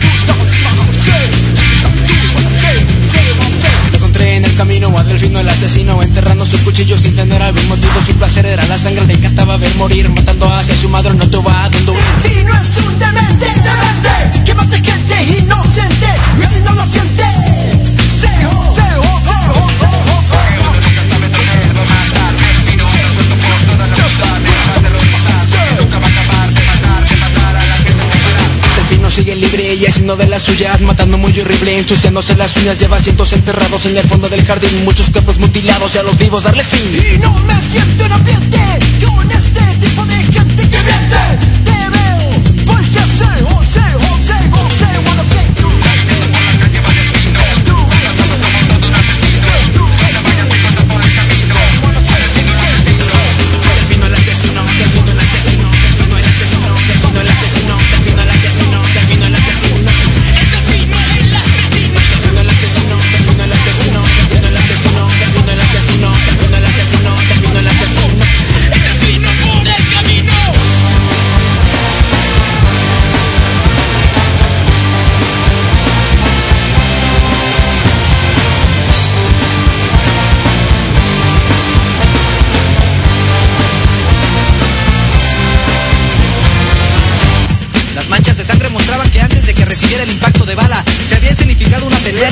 S3: Te encontré en el camino a Delfino el asesino, enterrando sus cuchillos sin tener algún motivo. Su placer era la sangre, le encantaba ver morir, matando hacia su madre, no tuvo a dónde huir.
S12: Delfino es un demente, que mate gente inocente, él no lo siente.
S3: Sigue libre y haciendo de las suyas, matando muy horrible, ensuciándose las uñas, lleva cientos enterrados en el fondo del jardín. Muchos cuerpos mutilados y a los vivos darles fin.
S12: Y no me siento en ambiente con este tipo de gente que miente. Te veo porque sé wanna play.
S3: Delfino el asesino, Delfino el asesino, Delfino el asesino, Delfino el asesino, Delfino el asesino. Delfino el asesino, Delfino el asesino, Delfino el asesino, Delfino el asesino, Delfino el asesino, Delfino el asesino, Delfino el asesino, Delfino el asesino, el delfino por el camino.
S11: Las manchas de sangre mostraban que antes de que recibiera el impacto de bala se había significado una pelea.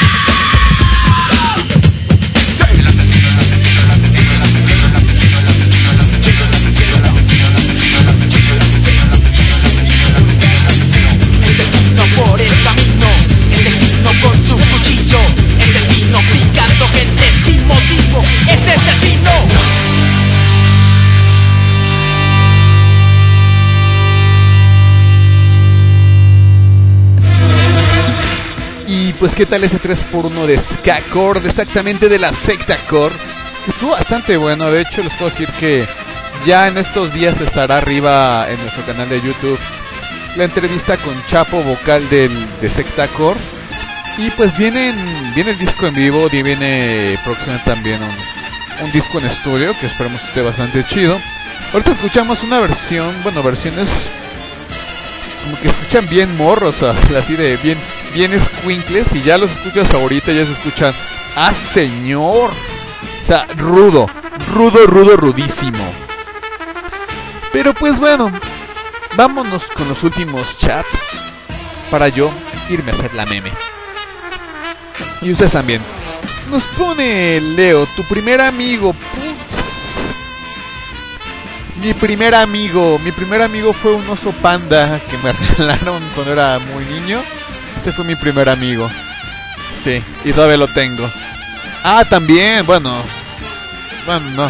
S3: El delfino por el camino, el delfino con su cuchillo, el delfino picando gente sin motivo, ese es el delfino.
S2: Y pues qué tal ese 3x1 de Ska Cord, exactamente de la secta Cord. Estuvo bastante bueno, de hecho les puedo decir que ya en estos días estará arriba en nuestro canal de YouTube la entrevista con Chapo, vocal de secta Cord. Y pues viene el disco en vivo, y viene próximamente también un disco en estudio que esperemos que esté bastante chido. Ahorita escuchamos una versión, bueno, versiones como que escuchan bien morros, así de bien escuincles, y ya los escuchas ahorita, ya se escuchan, ¡ah, señor! O sea, rudísimo. Pero pues bueno, vámonos con los últimos chats para yo irme a hacer la meme. Y ustedes también. Nos pone Leo, tu primer amigo. Mi primer amigo fue un oso panda que me regalaron cuando era muy niño. Ese fue mi primer amigo. Sí, y todavía lo tengo. Ah, también, bueno, no.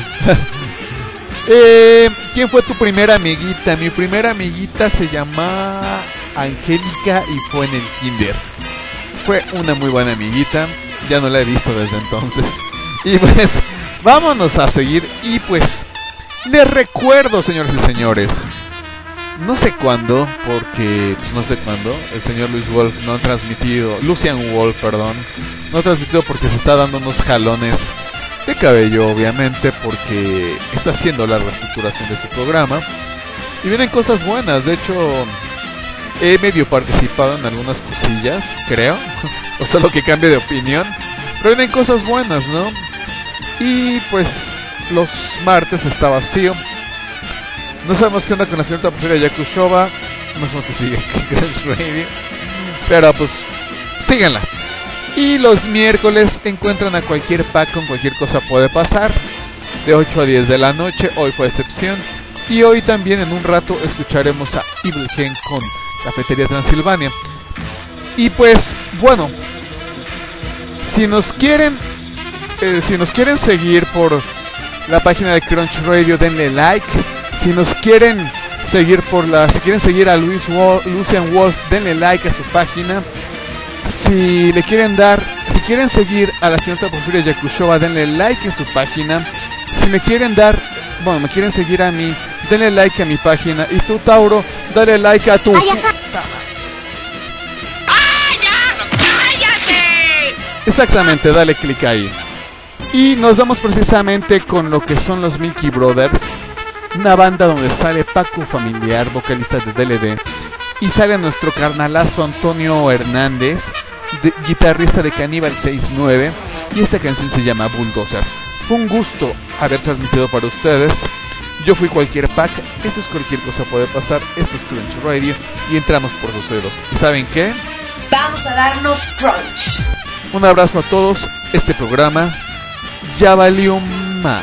S2: ¿Quién fue tu primera amiguita? Mi primera amiguita se llama Angélica y fue en el kinder. fue una muy buena amiguita. Ya no la he visto desde entonces. Y pues, vámonos a seguir. Y pues, les recuerdo, señores y señores, no sé cuándo, porque pues, no sé cuándo, el señor Lucian Wolf, no ha transmitido porque se está dando unos jalones de cabello, obviamente, porque está haciendo la reestructuración de su programa. Y vienen cosas buenas, de hecho, he medio participado en algunas cosillas, creo, o solo que cambie de opinión, pero vienen cosas buenas, ¿no? Y pues, los martes está vacío. No sabemos qué onda con la señorita Porfiria Yakushova. No sabemos si sigue Crunch Radio, pero pues síganla. Y los miércoles encuentran a cualquier pack con cualquier cosa puede pasar, de 8 a 10 de la noche. Hoy fue excepción. Y hoy también en un rato escucharemos a Evil Gen con Cafetería Transilvania. Y pues bueno, si nos quieren seguir por la página de Crunch Radio, denle like. Si quieren seguir a Lucian Wolf, denle like a su página. Si quieren seguir a la señorita Porfiria Yakushova, denle like en su página. Si me quieren seguir a mí, denle like a mi página. Y tú, Tauro, dale like a tu... ¡Cállate! Exactamente, dale click ahí. Y nos vamos precisamente con lo que son los Milky Brothers, una banda donde sale Paco Familiar, vocalista de DLD, y sale nuestro carnalazo Antonio Hernández, guitarrista de Caníbal 69, y esta canción se llama Bulldozer. Fue un gusto haber transmitido para ustedes. Yo fui cualquier pack, esto es cualquier cosa puede pasar, esto es Crunch Radio, y entramos por sus dedos. ¿Y saben qué?
S13: Vamos a darnos crunch.
S2: Un abrazo a todos, este programa ya valió más.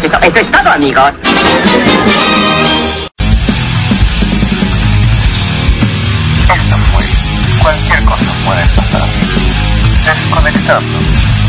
S14: éxito. Eso es todo, amigos.
S1: Esto fue Cualquier Cosa Puede Pasar. Desconectando.